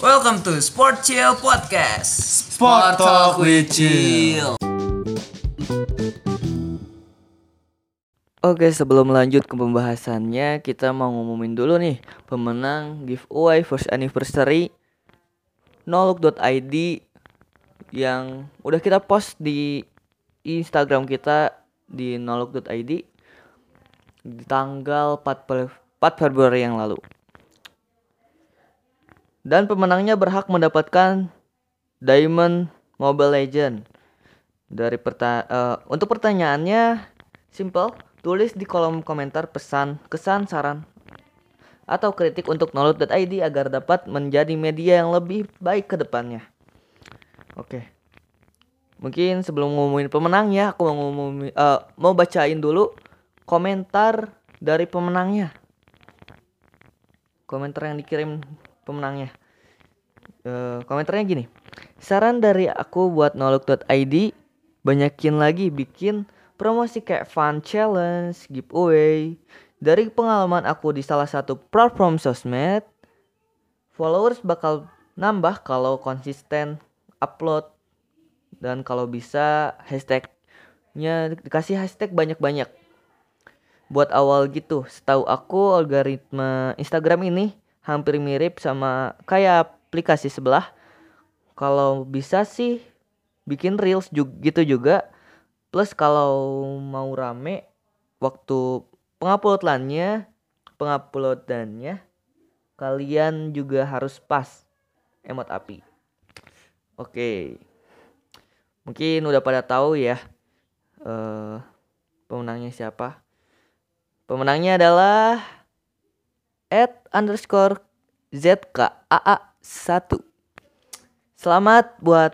Welcome to Sport Chill Podcast. Sport Talk with Chill. Oke, sebelum lanjut ke pembahasannya, kita mau ngumumin dulu nih pemenang giveaway first anniversary nolook.id yang udah kita post di Instagram kita di nolook.id di tanggal 4 Februari yang lalu. Dan pemenangnya berhak mendapatkan Diamond Mobile Legend. Untuk pertanyaannya simple, tulis di kolom komentar pesan, kesan, saran atau kritik untuk nolook.id agar dapat menjadi media yang lebih baik ke depannya. Oke. Mungkin sebelum ngumumin pemenangnya, aku mau bacain dulu komentar dari pemenangnya. Komentar yang dikirim pemenangnya. Komentarnya gini. Saran dari aku buat nolook.id, banyakin lagi bikin promosi kayak fun challenge, giveaway. Dari pengalaman aku di salah satu platform sosmed, followers bakal nambah kalau konsisten upload. Dan kalau bisa hashtagnya dikasih hashtag banyak-banyak. Buat awal gitu, setahu aku algoritma Instagram ini hampir mirip sama kayak aplikasi sebelah. Kalau bisa sih bikin reels gitu juga. Plus kalau mau rame waktu penguploadannya kalian juga harus pas emot api. Oke. Mungkin udah pada tahu ya pemenangnya siapa. Pemenangnya adalah @_ZKAA1. Selamat buat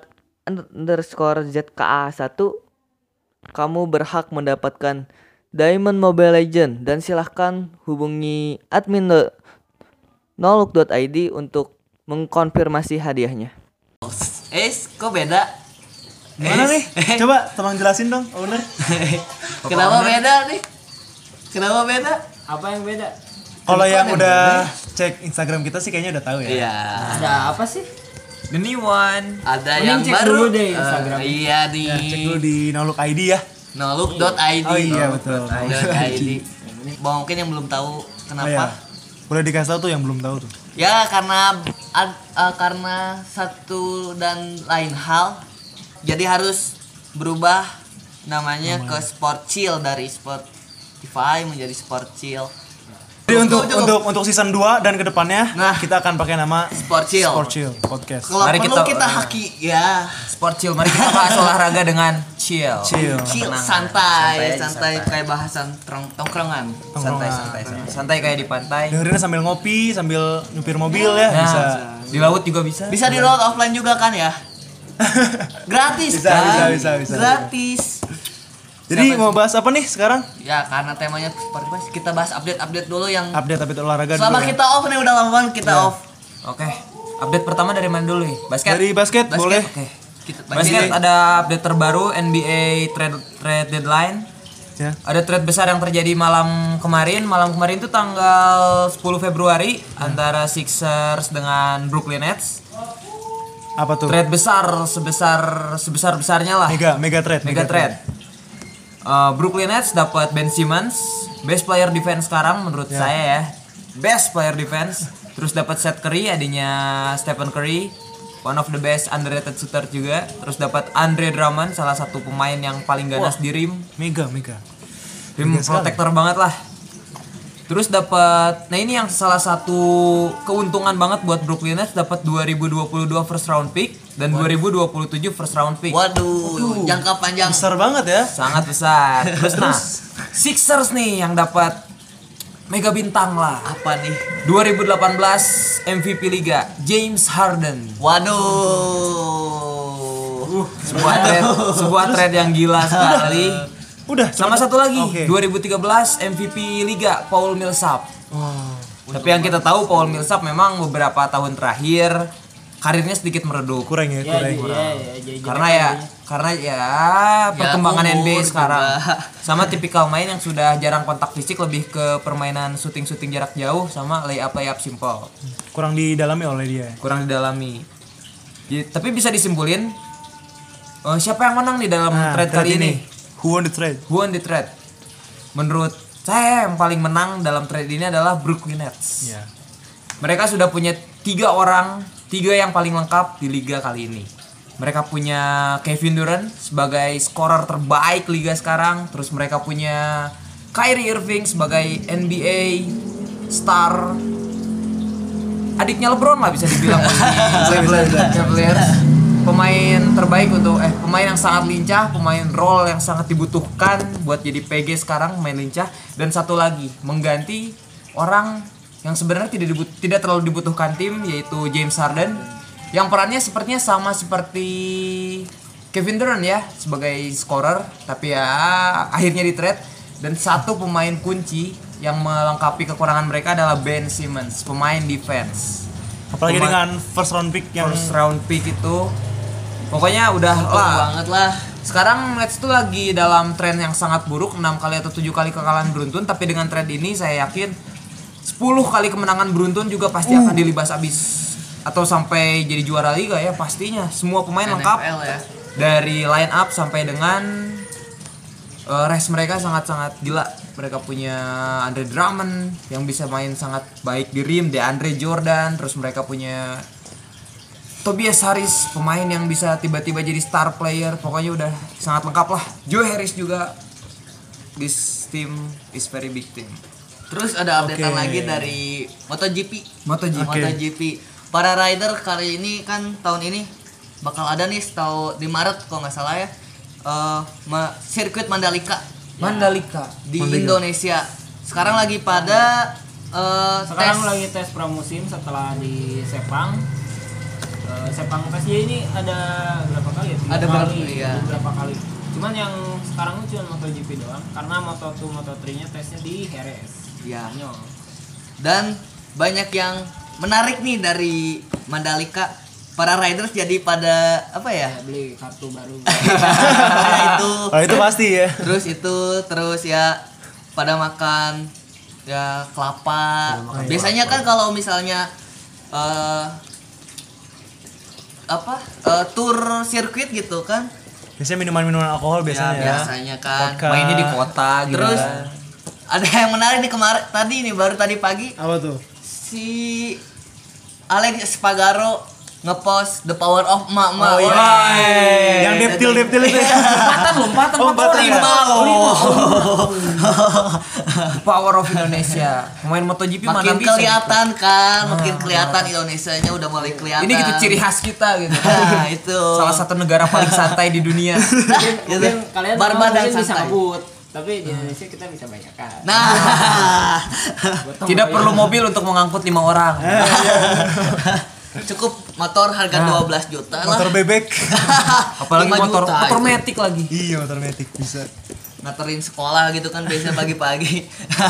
_ZKAA1. Kamu berhak mendapatkan Diamond Mobile Legend dan silahkan hubungi admin nolook.id untuk mengkonfirmasi hadiahnya. Kok beda? Gimana nih? Coba tolong jelasin dong, owner. Kenapa beda nih? Kenapa beda? Apa yang beda? Kalau yang udah cek Instagram kita sih kayaknya udah tahu ya. Iya. Ada apa sih? The new one. Ada Mending yang cek baru dulu deh Instagram. Iya di Ya, cek dulu di Nolook ID ya. nolook.id. Oh iya betul. .id. Mungkin yang belum tahu kenapa. Oh, iya. Boleh dikasih tahu tuh yang belum tahu tuh. Ya karena satu dan lain hal, jadi harus berubah namanya ke Sport Chill dari Spotify menjadi Sport Chill. Jadi untuk season 2 dan kedepannya kita akan pakai nama Sport Chill. Sport Chill Podcast. Kalau perlu kita haki ya. Sport chill. Mari kita bahas olahraga dengan chill. Chill. Chill, Tenang. santai Santai. kayak bahasan tongkrongan. Santai kayak di pantai. Dengerin sambil ngopi, sambil nyupir mobil ya, Nah, bisa. di laut juga bisa. Bisa di download offline juga kan ya? Gratis Bisa, kan? bisa. Gratis. Jadi mau bahas apa nih sekarang? Ya karena temanya Spotify, kita bahas update dulu yang Update olahraga selama dulu ya. kita off nih, udah lama banget kita off. Oke. Update pertama dari mana dulu nih? Basket. Dari basket boleh. Oke. Kita Basket ada update terbaru NBA trade deadline. Ya. Ada trade besar yang terjadi malam kemarin. Malam kemarin itu tanggal 10 Februari antara Sixers dengan Brooklyn Nets. Apa tuh? Trade besar sebesar-besarnya lah. Mega trade. Brooklyn Nets dapat Ben Simmons, best player defense sekarang menurut saya ya. Best player defense. Terus dapat Seth Curry, adanya Stephen Curry, one of the best underrated shooter juga. Terus dapat Andre Drummond, salah satu pemain yang paling ganas di rim. Mega. Rim protector banget lah. Terus dapat, nah ini yang salah satu keuntungan banget buat Brooklyn Nets, dapat 2022 first round pick dan 2027 first round pick. Waduh, jangka panjang. Besar banget ya. Sangat besar. Terus Sixers nih yang dapat mega bintang lah. Apa nih? 2018 MVP Liga James Harden. Waduh. Sebuah trade yang gila sekali. Udah. Sama satu lagi, Oke. 2013 MVP Liga Paul Millsap. Tapi yang kita tahu Paul Millsap memang beberapa tahun terakhir karirnya sedikit meredup. Kurang ya, kurang. Karena perkembangan NBA sekarang sama tipikal main yang sudah jarang kontak fisik, lebih ke permainan shooting jarak jauh sama layup simple. Kurang didalami oleh dia. Kurang didalami. Tapi bisa disimpulin siapa yang menang nih dalam trade kali ini? Who won the trade? Menurut saya yang paling menang dalam trade ini adalah Brooklyn Nets. Yeah. Mereka sudah punya 3 yang paling lengkap di liga kali ini. Mereka punya Kevin Durant sebagai scorer terbaik liga sekarang. Terus mereka punya Kyrie Irving sebagai NBA star. Adiknya LeBron lah bisa dibilang. Cavaliers. Pemain terbaik pemain yang sangat lincah, pemain role yang sangat dibutuhkan buat jadi PG sekarang, pemain lincah. Dan satu lagi, mengganti orang yang sebenarnya tidak terlalu dibutuhkan tim, yaitu James Harden, yang perannya sepertinya sama seperti Kevin Durant ya, sebagai scorer, tapi ya akhirnya di trade. Dan satu pemain kunci yang melengkapi kekurangan mereka adalah Ben Simmons, pemain defense. Apalagi dengan first round pick itu pokoknya udah banget lah. Sekarang Nets tuh lagi dalam tren yang sangat buruk, 6 kali atau 7 kali kekalahan beruntun. Tapi dengan trend ini saya yakin 10 kali kemenangan beruntun juga pasti akan dilibas habis. Atau sampai jadi juara liga ya pastinya. Semua pemain lengkap ya. Dari line up sampai dengan rest mereka sangat-sangat gila. Mereka punya Andre Drummond yang bisa main sangat baik di rim, DeAndre Jordan. Terus mereka punya Tobias Harris, pemain yang bisa tiba-tiba jadi star player. Pokoknya udah sangat lengkap lah. Joe Harris juga. This team is very big team. Terus ada updatean lagi dari MotoGP. MotoGP. Para rider kali ini kan tahun ini bakal ada nih di Maret kalau nggak salah ya. Sirkuit Mandalika di Indonesia. Sekarang lagi pada lagi tes pramusim setelah di Sepang. Sepang Asia ini ada berapa kali ya? Beberapa kali. Cuman yang sekarang cuma MotoGP doang karena Moto2, Moto3-nya tesnya di Jerez. Ya. Dan banyak yang menarik nih dari Mandalika. Para riders jadi pada beli kartu baru. Itu pasti ya. Terus ya pada makan ya kelapa. Biasanya kan kalau misalnya tour sirkuit gitu kan. Biasanya minuman alkohol biasanya. Biasanya kan. Vodka. Mainnya di kota gitu. Terus ada yang menarik nih baru tadi pagi. Apa tuh? Si Alex Espargaro ngepost The Power of Emak-emak. Oh iya. Yang deptil itu. Lompatan. Power of Indonesia. Pemain MotoGP makin kelihatan kan, makin kelihatan Indonesianya udah mulai kelihatan. Ini gitu ciri khas kita gitu. Nah, itu. Salah satu negara paling santai di dunia. Mungkin kalian barbar dan bisa santai. ngebut, tapi di Indonesia kita bisa banyak kan. Nah. Tidak perlu mobil untuk mengangkut 5 orang. Cukup motor harga 12 juta lah. Motor bebek. Apalagi 5 motor juta itu. metik lagi. Iya, motor metik bisa. Nganterin sekolah gitu kan biasa pagi-pagi.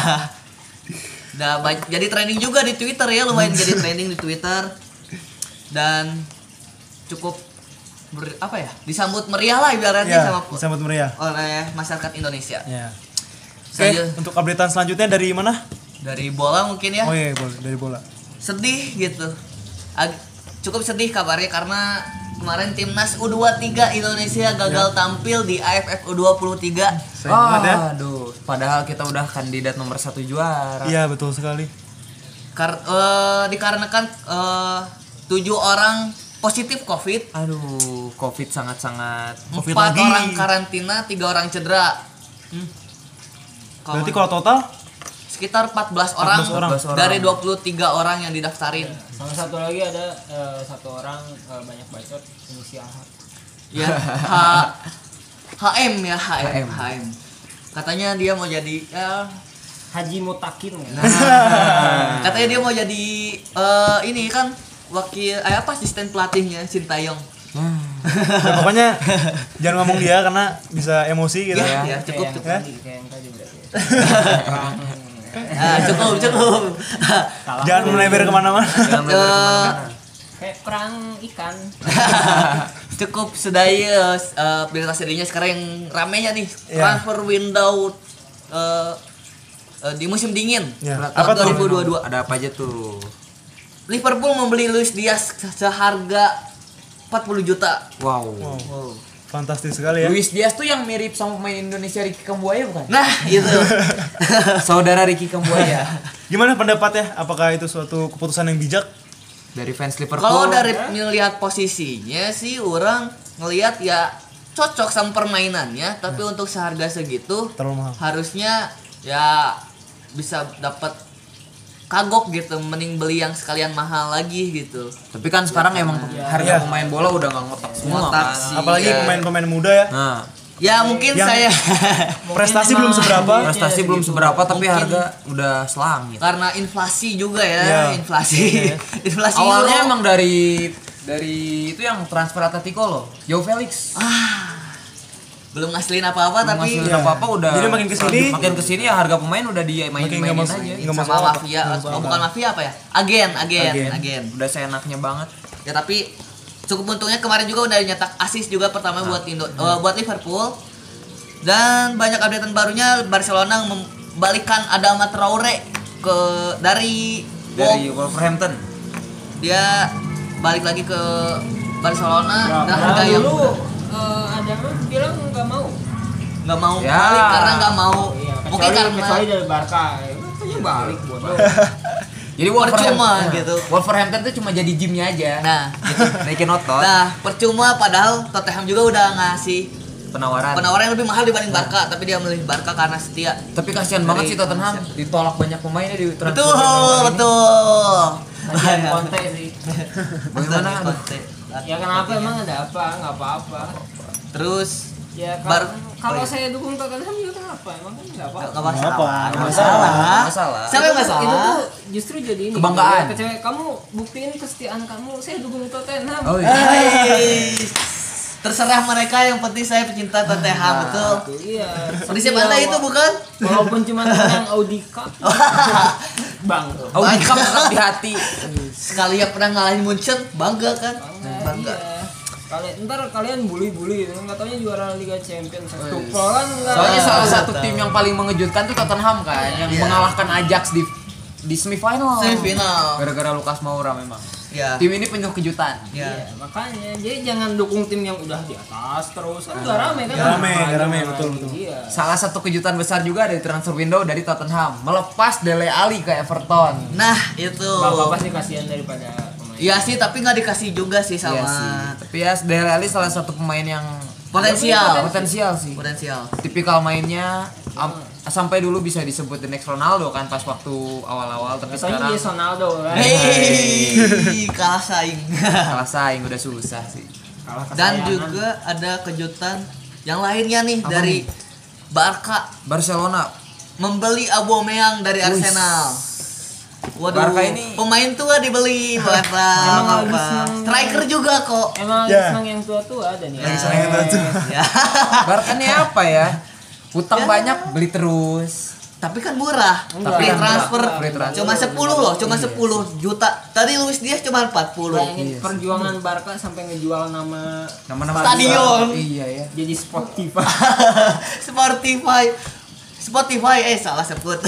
Nah, jadi trending juga di Twitter ya, lumayan jadi trending di Twitter. Dan cukup disambut meriah lah ibaratnya disambut meriah oleh masyarakat Indonesia. Ya. Oke, untuk updatean selanjutnya dari mana? Dari bola mungkin ya. Oh iya, dari bola. Sedih gitu. Cukup sedih kabarnya karena kemarin timnas U23 Indonesia gagal tampil di AFF U23. Aduh, padahal kita udah kandidat nomor 1 juara. Iya, betul sekali. Dikarenakan 7 orang positif COVID. Aduh, COVID sangat-sangat. 4 orang karantina, 3 orang cedera. Berarti kalau total sekitar 14 orang dari 23 orang yang didaftarin. Sama satu lagi ada satu orang banyak bacot inisial H. Ya, HM. Katanya dia mau jadi Haji Mutakin ya. Katanya dia mau jadi ini kan wakil asisten pelatihnya Sintayong. Ya, pokoknya jangan ngomong dia karena bisa emosi gitu. Ya, cukup. Kayak yang tadi berarti. Cukup. Jangan melebar kemana-mana. Kayak perang ikan. Cukup sudah ya berita sedihnya sekarang yang ramenya nih transfer window di musim dingin Apa tahun tuh? 2022. Ada apa aja tuh? Liverpool membeli Luis Diaz seharga 40 juta. Wow. Fantastis sekali ya. Luis Diaz tuh yang mirip sama pemain Indonesia Ricky Kambuaya bukan? Nah, itu. Saudara Ricky Kambuaya. Gimana pendapatnya? Apakah itu suatu keputusan yang bijak? Dari fans Liverpool. Kalau dari melihat posisinya sih orang ngelihat ya cocok sama permainannya, tapi untuk seharga segitu Terlalu mahal. harusnya ya bisa dapat kagok gitu, mending beli yang sekalian mahal lagi gitu. Tapi kan sekarang emang harga pemain bola udah nggak ngotak semua Ngotak kan. sih. Apalagi Iya. pemain-pemain muda ya. Nah, Ya mungkin Yang- saya Prestasi belum seberapa. prestasi belum seberapa tapi harga udah selangit. karena inflasi juga ya, Iya. inflasi. Inflasi Awalnya euro. emang dari itu yang transfer Atletico loh, Joe Felix. belum ngasilin apa-apa Belum tapi ngasilin apa-apa udah. Jadi makin kesini ya harga pemain udah dia makin mainin nggak aja. nggak sama masalah. mafia, Nggak oh, masalah. bukan mafia apa ya? Agen. Udah seenaknya banget. Ya tapi cukup untungnya kemarin juga udah nyetak assist juga pertama buat buat Liverpool. Dan banyak updatean barunya, Barcelona membalikan Adama Traore dari Wolverhampton. dia balik lagi ke Barcelona dan harga Padahal yang dulu ada bilang nggak mau. nggak mau Ya. balik karena nggak mau mungkin kecuali karena dari Barca. Katanya balik bodoh. Jadi percuma gitu. Wolverhampton tuh cuma jadi gymnya aja. Nah, Naikin otot. nah percuma padahal Tottenham juga udah ngasih Penawaran. penawaran yang lebih mahal dibanding Barca, tapi dia memilih Barca karena setia. Tapi kasihan Dari banget sih Tottenham ditolak banyak pemainnya di transfer. Betul. Kasihan Conte sih. Bagaimana? Conte. Ya kenapa emang ada apa? Nggak apa-apa. Terus Ya kalau saya dukung Tottenham juga kenapa? Emang kan nggak apa-apa. nggak masalah. Nggak Nggak masalah. Siapa yang masalah? Itu tuh justru jadi ini. Kebanggaan. Ya, kecewa kamu buktiin kesetiaan kamu. Saya dukung Tottenham. Oh iya. Hai. Terserah mereka, yang penting saya pecinta Tottenham, betul. Iya. Kondisi pantai itu bukan? Walaupun cuma menang Audi Cup. Bang. Audi Cup tetap di hati. Sekali ya pernah ngalahin Munchen, bangga kan? Bangga. Iya. Kalian bully-bully, nggak taunya juara Liga Champions. Tuchel kan nggak. Soalnya salah satu tim yang paling mengejutkan tuh Tottenham kan, yang mengalahkan Ajax di semifinal. Semifinal. Gara-gara Lucas Moura memang. Ya. Tim ini penuh kejutan. Ya. Iya, makanya jadi jangan dukung tim yang udah di atas terus. Kan nggak rame kan? Nggak rame, betul. Iya. Salah satu kejutan besar juga dari transfer window dari Tottenham, melepas Dele Alli ke Everton. Nah, itu. Bapak sih kasihan daripada pemain. Iya sih, tapi nggak dikasih juga sih sama Iya sih. Tapi ya Dele Alli salah satu pemain yang Potensial sih. potensial. Tipikal mainnya sampai dulu bisa disebut the next Ronaldo kan pas waktu awal-awal, tapi Katanya sekarang dia Ronaldo kan. Hei, kalah saing. kalah saing udah susah sih. Kalah Dan kesayangan. juga ada kejutan yang lainnya nih dari Barca Barcelona membeli Aubameyang dari Arsenal. Waduh, Barca ini- pemain tua dibeli Barca. Emang lagi apa? seneng. Striker juga kok. Emang Ya. senang yang tua-tua ada nih. Lagi senang yang tua-tua. Ya. Barca ini apa ya? Hutang banyak, beli terus. Tapi kan murah. Enggak, Free murah. transfer. Free transfer. Cuma 10 loh, cuma 10 juta. Tadi Luis Diaz cuma 40. Bayangin perjuangan Barca sampai ngejual nama Nama-nama Stadion. Iya ya. jadi Spotify. Spotify salah sebut.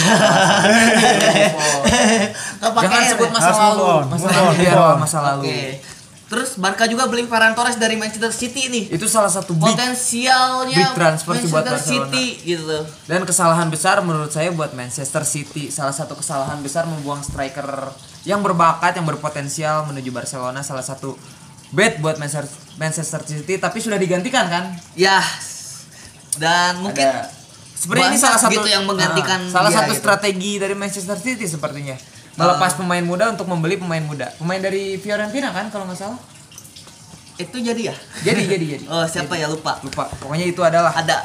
Nggak pakai Jangan R sebut ya? masa Harus lalu. move on, Masa move lalu on, biar move on. masa lalu. Oke. Terus Barca juga beli Ferran Torres dari Manchester City nih. Itu salah satu Potensialnya big transfer sih buat Manchester Barcelona. City gitu. dan kesalahan besar menurut saya buat Manchester City. Salah satu kesalahan besar membuang striker yang berbakat, yang berpotensial menuju Barcelona. Salah satu bad buat Manchester City, tapi sudah digantikan kan? Ya. Dan mungkin Sebenarnya ini banyak salah satu gitu yang menggantikan salah dia satu gitu. strategi dari Manchester City sepertinya. Melepas pemain muda untuk membeli pemain muda. Pemain dari Fiorentina kan kalau nggak salah. itu jadi ya? Jadi. Oh, siapa ya, lupa. Lupa. Pokoknya itu adalah Ada.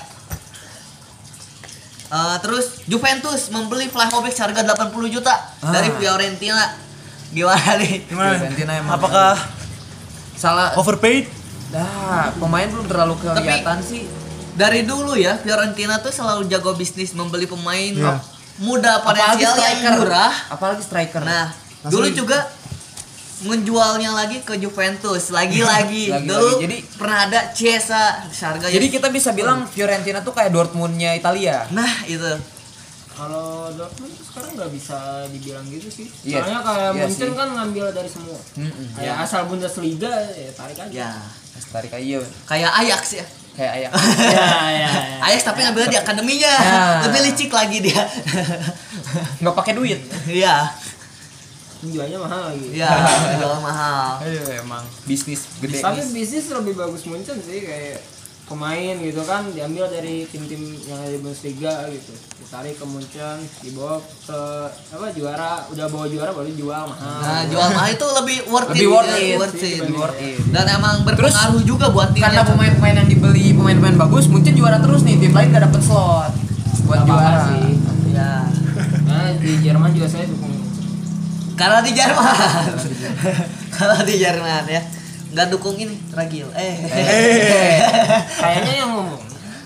Terus Juventus membeli Vlahovic seharga 80 juta dari Fiorentina. Gimana nih? Gimana? Fiorentina emang Apakah salah. overpaid? Nah, pemain belum terlalu kelihatan sih. Dari dulu ya Fiorentina tuh selalu jago bisnis membeli pemain muda Apalagi potensial yang striker. murah. Apalagi striker. Nah, dulu juga menjualnya lagi ke Juventus lagi-lagi. Dulu Jadi pernah ada Chiesa harga. Jadi kita bisa bilang Fiorentina tuh kayak Dortmundnya Italia. Nah itu Kalau Dortmund sekarang nggak bisa dibilang gitu sih. Iya. Soalnya kayak Iya Munchen sih. kan ngambil dari semua. Kayak asal Bundesliga ya tarik aja. ya Tarik aja kayak Ajax ya. kayak ayah. Ya. Ajax tapi ngambil di akademinya. Ya. Lebih licik lagi dia. Nggak pakai duit. Iya. Jualnya mahal lagi. Iya, jual mahal. Ayo emang bisnis gede. Tapi bisnis lebih bagus Munchen sih kayak pemain gitu kan diambil dari tim-tim yang ada di Bundesliga gitu. Ditarik ke Munchen, dibawa ke juara, udah bawa juara baru jual mahal. Nah, jual mahal itu lebih worth Lebih it. worth ya, it. worth it. Lebih worth it. Dan emang berpengaruh juga buat timnya. Karena pemain-pemain yang dibeli pemain-pemain bagus, Munchen juara terus nih, tim lain gak dapet slot buat Gak apa-apa juara. sih. Ya. Nah, di Jerman juga saya dukung. Kalau di Jerman. Kalau di Jerman ya. Nggak dukung ini Ragil. Kayaknya yang ngomong.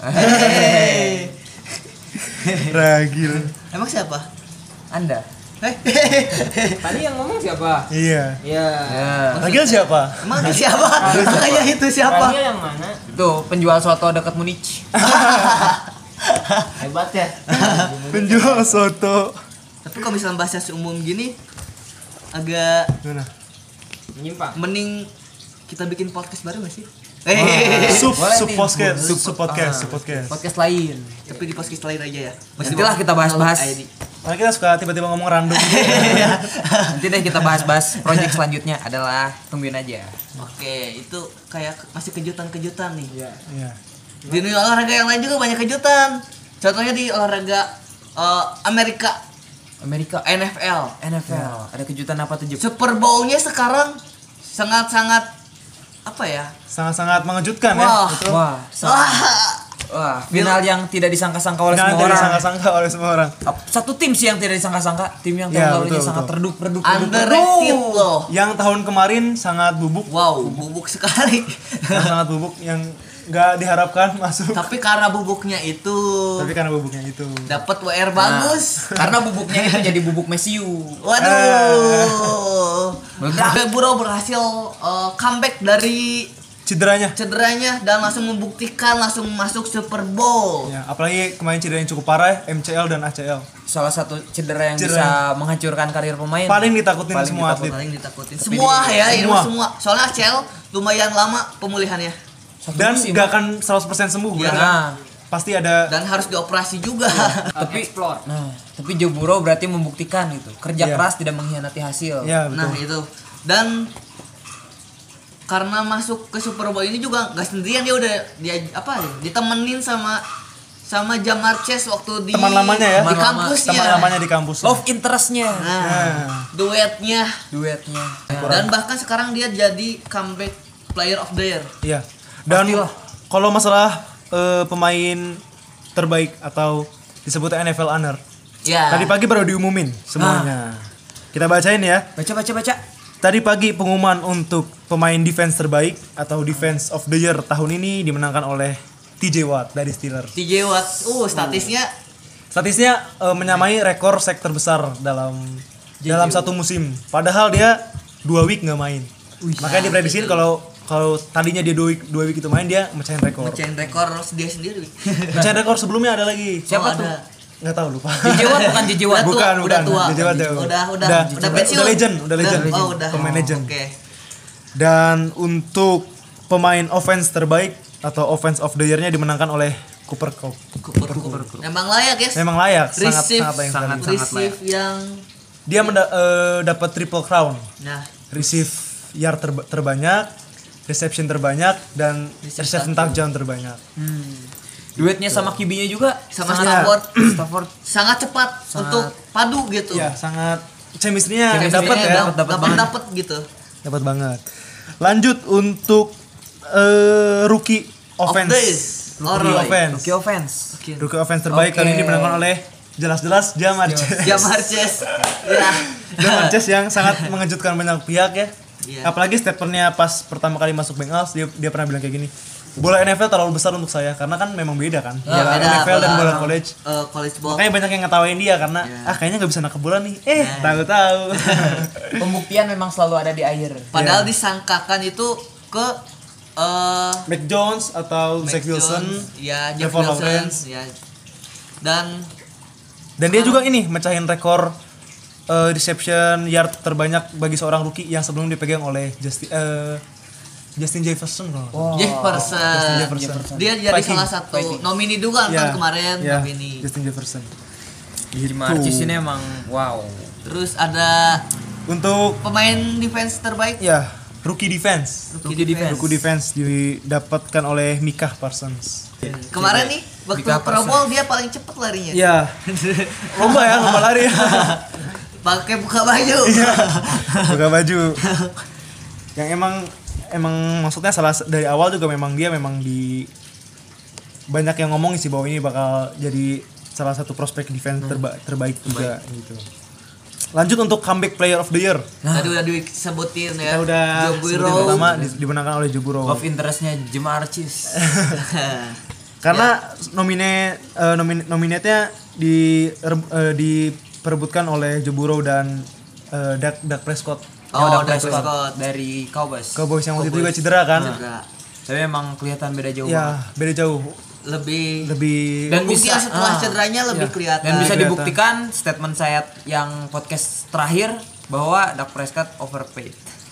Ragil. Emang siapa? Anda. Tadi yang ngomong siapa? Iya. Iya. Ragil siapa? Emang siapa? Makanya itu siapa? Ragil yang mana? Itu penjual soto dekat Munich. Hebat ya. Penjual soto. Tapi kalau misalnya bahasa umum gini agak Gimana? Menyimpang. mending kita bikin podcast baru gak sih? Sub Boleh sub nih. podcast, Sub- sub podcast, sub podcast. Podcast lain. Tapi di podcast lain aja ya. Nantilah kita bahas-bahas. ID. Karena kita suka tiba-tiba ngomong random. Nanti deh kita bahas-bahas project selanjutnya adalah tungguin aja. Oke, itu kayak masih kejutan-kejutan nih. Iya. Di dunia olahraga yang lain juga banyak kejutan. Contohnya di olahraga Amerika, NFL. Ada kejutan apa tuh, Jup? Super Bowl-nya sekarang sangat-sangat apa ya? Sangat-sangat mengejutkan ya. Wah. Betul. Wah, final yang tidak disangka-sangka oleh Jangan semua orang. disangka-sangka oleh semua orang. Satu tim sih yang tidak disangka-sangka, tim yang Ya, tahun lalunya betul, sangat betul. redup. Underrated loh. Yang tahun kemarin sangat bubuk, Wow, bubuk sekali. yang sangat bubuk yang nggak diharapkan masuk. Tapi karena bubuknya itu Tapi karena bubuknya itu. dapat WR bagus. Karena bubuknya itu jadi bubuk Mesiu. Waduh. Tapi Bro berhasil comeback dari cederanya dan langsung membuktikan langsung masuk Super Bowl. Ya, apalagi kemarin cedera yang cukup parah ya, MCL dan ACL. Salah satu cedera yang Cedera. bisa menghancurkan karir pemain. Paling ditakutin Paling semua ditakut. atlet. Paling ditakutin. Semua ya, ini semua. semua. Soalnya ACL lumayan lama pemulihannya Satu Dan musim. nggak akan 100% sembuh Iya. kan? Nah, Pasti ada. dan harus dioperasi juga. tapi explore. tapi Joe Burrow berarti membuktikan gitu. Kerja Iya. keras tidak mengkhianati hasil. Ya betul. Nah, itu. Dan karena masuk ke Super Bowl ini juga nggak sendirian, dia ditemenin sama Jamar Chase waktu di Teman lamanya ya. di Teman kampusnya. Teman lamanya di kampus. Love interestnya, Nah, duetnya. Dan bahkan sekarang dia jadi comeback player of the year. Iya. Dan Pastilah. kalau masalah pemain terbaik atau disebut NFL honor. Ya. Tadi pagi baru diumumin semuanya. Kita bacain ya. Baca. Tadi pagi pengumuman untuk pemain defense terbaik atau defense of the year tahun ini dimenangkan oleh TJ Watt dari Steelers. TJ Watt, statisnya Statisnya menyamai rekor sack terbesar dalam satu musim. Padahal dia 2 week nggak main. Makanya diprediksiin kalau tadinya dia 2 week itu main, dia mecahin rekor. mecahin rekor dia sendiri. Mecahin rekor sebelumnya ada lagi. Siapa tuh? Ada. Nggak tahu, lupa. JJ Watt bukan JJ Watt. Bukan. Udah tua. JJ Watt ya. Udah pensiun. Udah legend. Oh, udah. Pemain legend. Oke. Dan untuk pemain offense terbaik atau offense of the year-nya dimenangkan oleh Cooper Kupp. Cooper. Emang layak, guys. Memang layak, Receive, sangat layak. sangat sekali. receive yang Dia dapat triple crown. nah, Receive yard terbanyak, reception terbanyak, dan reception touchdown terbanyak. Duetnya sama QB-nya juga sama sangat- Stafford sangat cepat untuk padu gitu. Ya, sangat chemistry-nya Chemistry-nya dapat ya. dapat gitu. Dapat banget. Lanjut untuk rookie offense. Rookie Alright. offense. Rookie offense. Rookie offense terbaik kali ini dimenangkan oleh jelas-jelas Jamar Chase. Jamar Chase. Ya. Jamar Chase yang sangat mengejutkan banyak pihak ya. Iya. Apalagi statementnya pas pertama kali masuk Bengals, dia pernah bilang kayak gini. bola NFL terlalu besar untuk saya karena kan memang beda kan. Ya, beda, NFL dan bola bola college. College ball. Makanya banyak yang ngetawain dia karena kayaknya nggak bisa nangkep bola nih. Tahu-tahu. Pembuktian memang selalu ada di akhir. Padahal disangkakan itu ke Mac Jones atau Zach Wilson, ya Jeff Trevor Wilson, Lawrence. ya. Dan dia juga ini mecahin rekor reception yard terbanyak bagi seorang rookie yang sebelum dipegang oleh Justin Jefferson kalau. Jefferson. Dia jadi Viking. salah satu nomini juga kan kemarin nomini. Justin Jefferson. Jim Archis ini emang wow. Terus ada Untuk pemain defense terbaik. ya rookie defense didapatkan oleh Micah Parsons. Kemarin nih waktu Pro Bowl dia paling cepet larinya. Ya. lomba lari. Pakai buka baju. Buka baju. Yang emang maksudnya dari awal juga memang dia banyak yang ngomong sih bahwa ini bakal jadi salah satu prospek defense terbaik juga gitu. Lanjut untuk comeback player of the year. Tadi udah disebutin ya. Kita udah Joe sebutin Burrow. pertama dimenangkan oleh Joe Burrow. Love interestnya Jim Archis. Karena nominatnya diperebutkan oleh Joe Burrow dan Dak Prescott. Dak Prescott dari Cowboys. Cowboys yang waktu itu juga cedera kan? Tapi emang kelihatan beda jauh. Ya, beda jauh. Lebih dan bukti bisa setelah cederanya lebih kelihatan. Dan bisa Kelihatan. dibuktikan statement saya yang podcast terakhir bahwa Dak Prescott overpaid.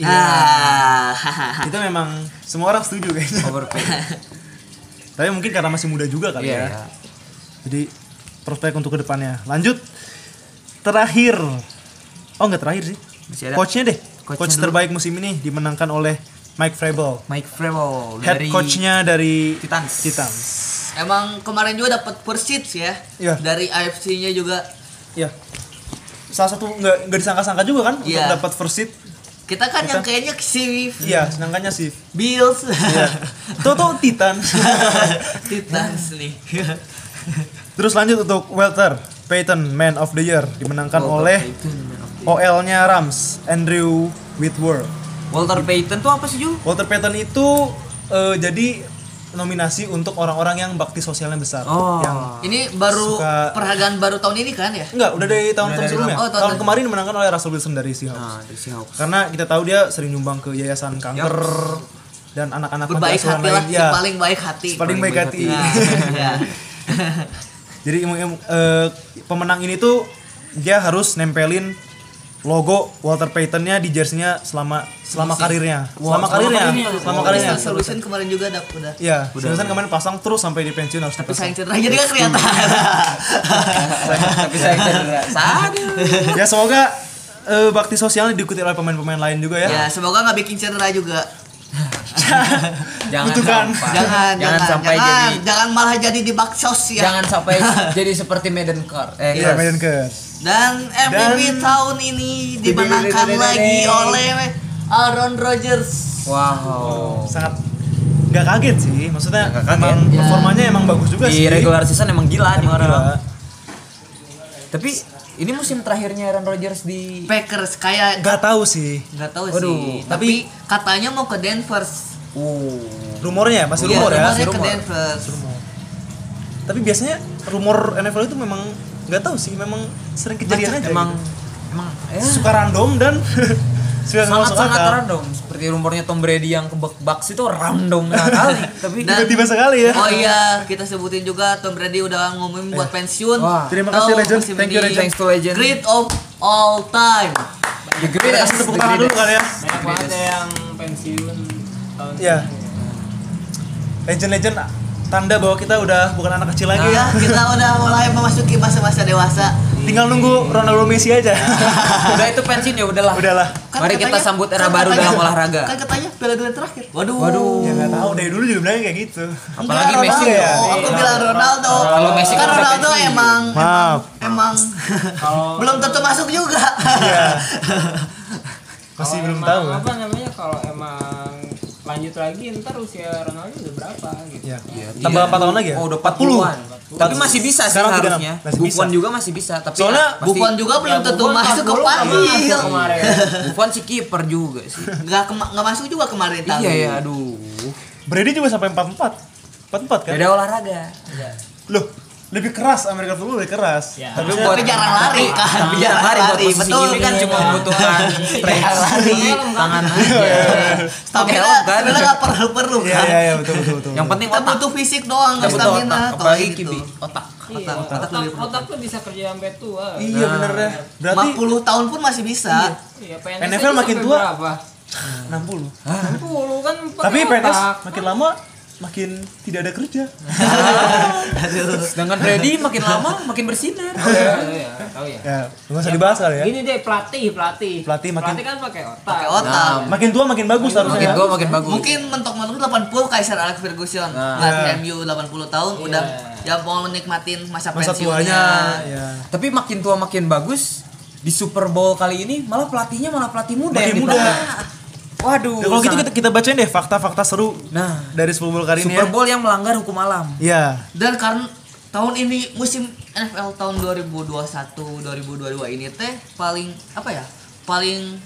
Itu memang semua orang setuju kayaknya. Overpaid. Tapi mungkin karena masih muda juga kali Iya. ya. Jadi prospek untuk kedepannya. Lanjut terakhir. Oh nggak terakhir sih. Masih ada. Coachnya deh. Coach dulu. terbaik musim ini dimenangkan oleh Mike Vrabel. Mike Vrabel Head dari coachnya dari Titans. Emang kemarin juga dapat first seeds ya. Iya. Dari AFC-nya juga. Ya. Salah satu nggak disangka-sangka juga kan Iya. untuk dapat first seed. Kita kan yang kayaknya si Iya, sedangkannya sih. Bills. Iya. Toto Titan. Titans nih. Terus lanjut untuk Walter Payton Man of the Year dimenangkan oleh OL-nya Rams, Andrew Whitworth. Walter Payton tuh apa sih, Ju? Walter Payton itu jadi nominasi untuk orang-orang yang bakti sosialnya besar. Oh. Yang Ini baru Suka- peragaan baru tahun ini kan ya? enggak, udah dari tahun-tahun sebelumnya. Oh, tahun kemarin dimenangkan oleh Russell Wilson dari Seahawks. Nah, dari Seahawks. Karena kita tahu dia sering nyumbang ke yayasan kanker dan anak-anak Berbaik panti asuhan hati lah, lain. si Ya, paling baik hati. paling baik hati. Nah, ya. Jadi pemenang ini tuh dia harus nempelin logo Walter Payton-nya di jersey-nya selama karirnya. Selama karirnya. Solution kemarin juga udah. Iya, Wilson kemarin pasang terus sampai di pensiun harus Tapi sayang dipasang. cedera jadi gak kelihatan. Tapi saya cedera. Ya semoga bakti sosialnya diikuti oleh pemain-pemain lain juga ya. Ya, semoga gak bikin cedera juga. Jangan Butuhkan. sampai. Jangan malah jadi di baksos ya. Jangan sampai jadi seperti Maiden Car. Iya, Maiden Curse. Dan MVP tahun ini dimenangkan lagi oleh Aaron Rodgers. Wow. Sangat nggak kaget sih, maksudnya Nggak kaget. emang Ya. performanya emang bagus juga Di sih. regular season emang gila nih Emang orang. gila. Tapi ini musim terakhirnya Aaron Rodgers di Packers kayak Nggak tahu sih. nggak tahu Waduh, sih. Tapi katanya mau ke Denver. Rumornya masih Iya, rumor ya. rumornya ke Rumor. Denver. Tapi biasanya rumor NFL itu memang nggak tahu sih, memang sering kejadian aja. emang gitu. ya Suka random dan suka nggak masuk sangat akal. random. Seperti rumornya Tom Brady yang ke Bucks itu random sekali. Tapi Dan- Tiba-tiba sekali ya. Oh iya, kita sebutin juga Tom Brady udah ngumumin buat pensiun. Wah. Terima kasih Tahu Legend. musim Thank you ini Legend. thanks to legend. Great of all time. The greatest. Kasih tepuk tangan dulu kan ya. Banyak banget ya yang pensiun tahun Iya. Legend tanda bahwa kita udah bukan anak kecil lagi Ya, ya. kita udah mulai memasuki masa-masa dewasa. Tinggal nunggu Ronaldo Messi aja. Udah itu pensiun ya udahlah. Udahlah. Mari kita sambut era kan baru katanya- dalam olahraga. Kan katanya Piala Dunia terakhir. Waduh. Ya nggak tahu dari dulu juga bilangnya kayak gitu. Apalagi Enggak, Messi Ronaldo. ya. Aku bilang Ronaldo. Kalau Messi kan kan udah Ronaldo pensiun. emang Maaf. belum tentu masuk juga. Iya. Masih belum emang tahu. Ya. apa namanya kalau emang lanjut lagi ntar usia Ronaldo udah berapa gitu. Iya. Tambah 4 tahun lagi ya? Oh, udah 40. 40-an. Tapi masih bisa sih Sekarang harusnya. 36. Masih bisa. Buffon juga masih bisa, tapi Soalnya ya, pasti- Buffon juga belum tentu Buffon masuk ke 40 nggak panggil. masuk kemarin. Buffon sih kiper juga sih. Nggak masuk juga kemarin Iya tapi. ya, aduh. Brady juga sampai 44 kan? Beda olahraga. Loh, lebih keras American football lebih keras. Ya. Tapi Tapi jarang lari kan. Tapi jarang lari buat posisi betul ini kan cuma membutuhkan jarang lari. tangan aja. Stamina kan? sebenarnya nggak perlu Iya kan. iya betul. Yang penting Kita otak. butuh fisik doang, nggak Kita butuh stamina. otak, Kalau apalagi gitu. kibi, otak. Iya, otak tuh bisa kerja sampai tua. Iya bener deh. Berarti 50 tahun pun masih bisa. Iya, PNS NFL aja makin sampai tua. berapa? 60. 60 kan Tapi pakai PNS otak. makin lama makin tidak ada kerja. Sedangkan Brady makin lama makin bersinar. Tahu ya. Ya, nggak usah dibahas kali ya. Gini deh pelatih Pelatih makin- kan pakai otak. Pakai otak. Makin tua makin bagus harusnya. Makin ya. tua makin bagus. Mungkin mentok-mentok 80 Kaisar Alex Ferguson. Latih MU 80 tahun udah ya mau menikmatin masa Masa pensiunnya. tuanya ya. Tapi makin tua makin bagus. Di Super Bowl kali ini malah pelatihnya malah pelatih muda Makin yang muda. dipakai. Waduh. Ya, kalau gitu sangat- kita bacain deh fakta-fakta seru Nah, dari Super Bowl kali ini Super ya. Bowl yang melanggar hukum alam. Iya. Dan karena tahun ini musim NFL tahun 2021-2022 ini teh paling apa ya? Paling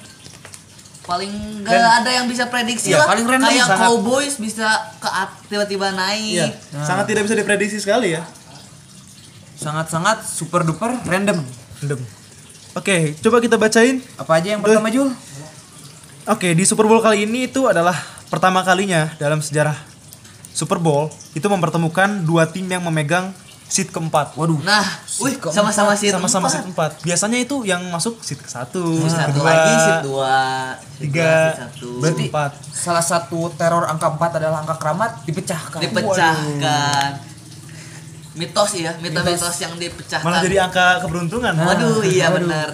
gak ada yang bisa prediksi Iya, lah. paling random, Kayak sangat. Cowboys bisa tiba-tiba naik. Iya. Sangat tidak bisa diprediksi sekali ya. Sangat-sangat super duper random. Random. Oke, coba kita bacain. Apa aja yang pertama Jul? Oke, di Super Bowl kali ini itu adalah pertama kalinya dalam sejarah Super Bowl itu mempertemukan dua tim yang memegang seat keempat. Waduh. Nah, wih sama-sama seat Sama-sama empat. seat keempat. Biasanya itu yang masuk seat ke-1, seat Satu kedua, lagi seat 2, tiga, satu. berarti empat. Salah satu teror angka 4 adalah angka keramat dipecahkan. Dipecahkan. Mitos ya, mitos yang dipecahkan. Malah jadi angka keberuntungan. Waduh, iya benar.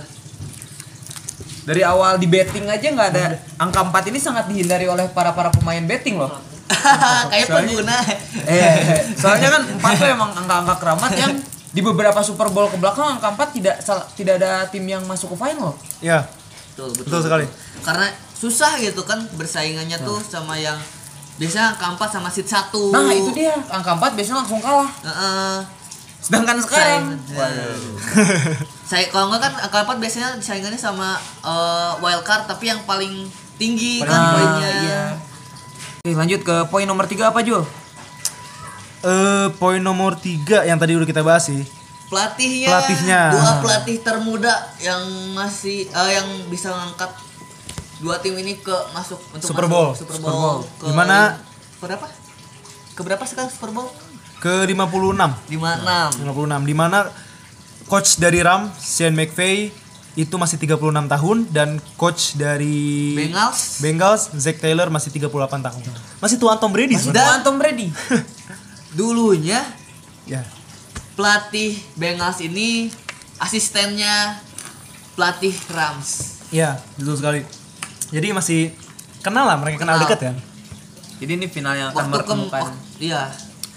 Dari awal di betting aja nggak ada angka 4 ini sangat dihindari oleh para pemain betting loh. Kayak pengguna. Soalnya kan 4 tuh emang angka-angka keramat yang di beberapa Super Bowl ke belakang angka 4 tidak ada tim yang masuk ke final. Ya, betul sekali. Karena susah gitu kan bersaingannya tuh sama yang biasanya angka 4 sama seat 1. Nah, itu dia. Angka 4 biasanya langsung kalah. Sedangkan sekarang Saya kalau enggak kan angka 4 biasanya saingannya sama wild card tapi yang paling tinggi kan poinnya. Iya. Oke, lanjut ke poin nomor 3 apa Jul? Poin nomor 3 yang tadi udah kita bahas sih. Pelatihnya. Dua pelatih termuda yang masih yang bisa ngangkat dua tim ini ke masuk untuk Super masuk Bowl. Super Bowl. Gimana? Berapa? Keberapa sekarang Super Bowl? Ke 56. 56. 56 di mana coach dari Rams Sean McVay itu masih 36 tahun dan coach dari Bengals Zach Taylor masih 38 tahun. Masih tuan Tom Brady sebenarnya. Dan Tom Brady. Dulunya Ya. pelatih Bengals ini asistennya pelatih Rams. Iya, betul sekali. Jadi masih kenal lah, mereka kenal dekat kan. Jadi ini final yang akan Waktu mempertemukan iya,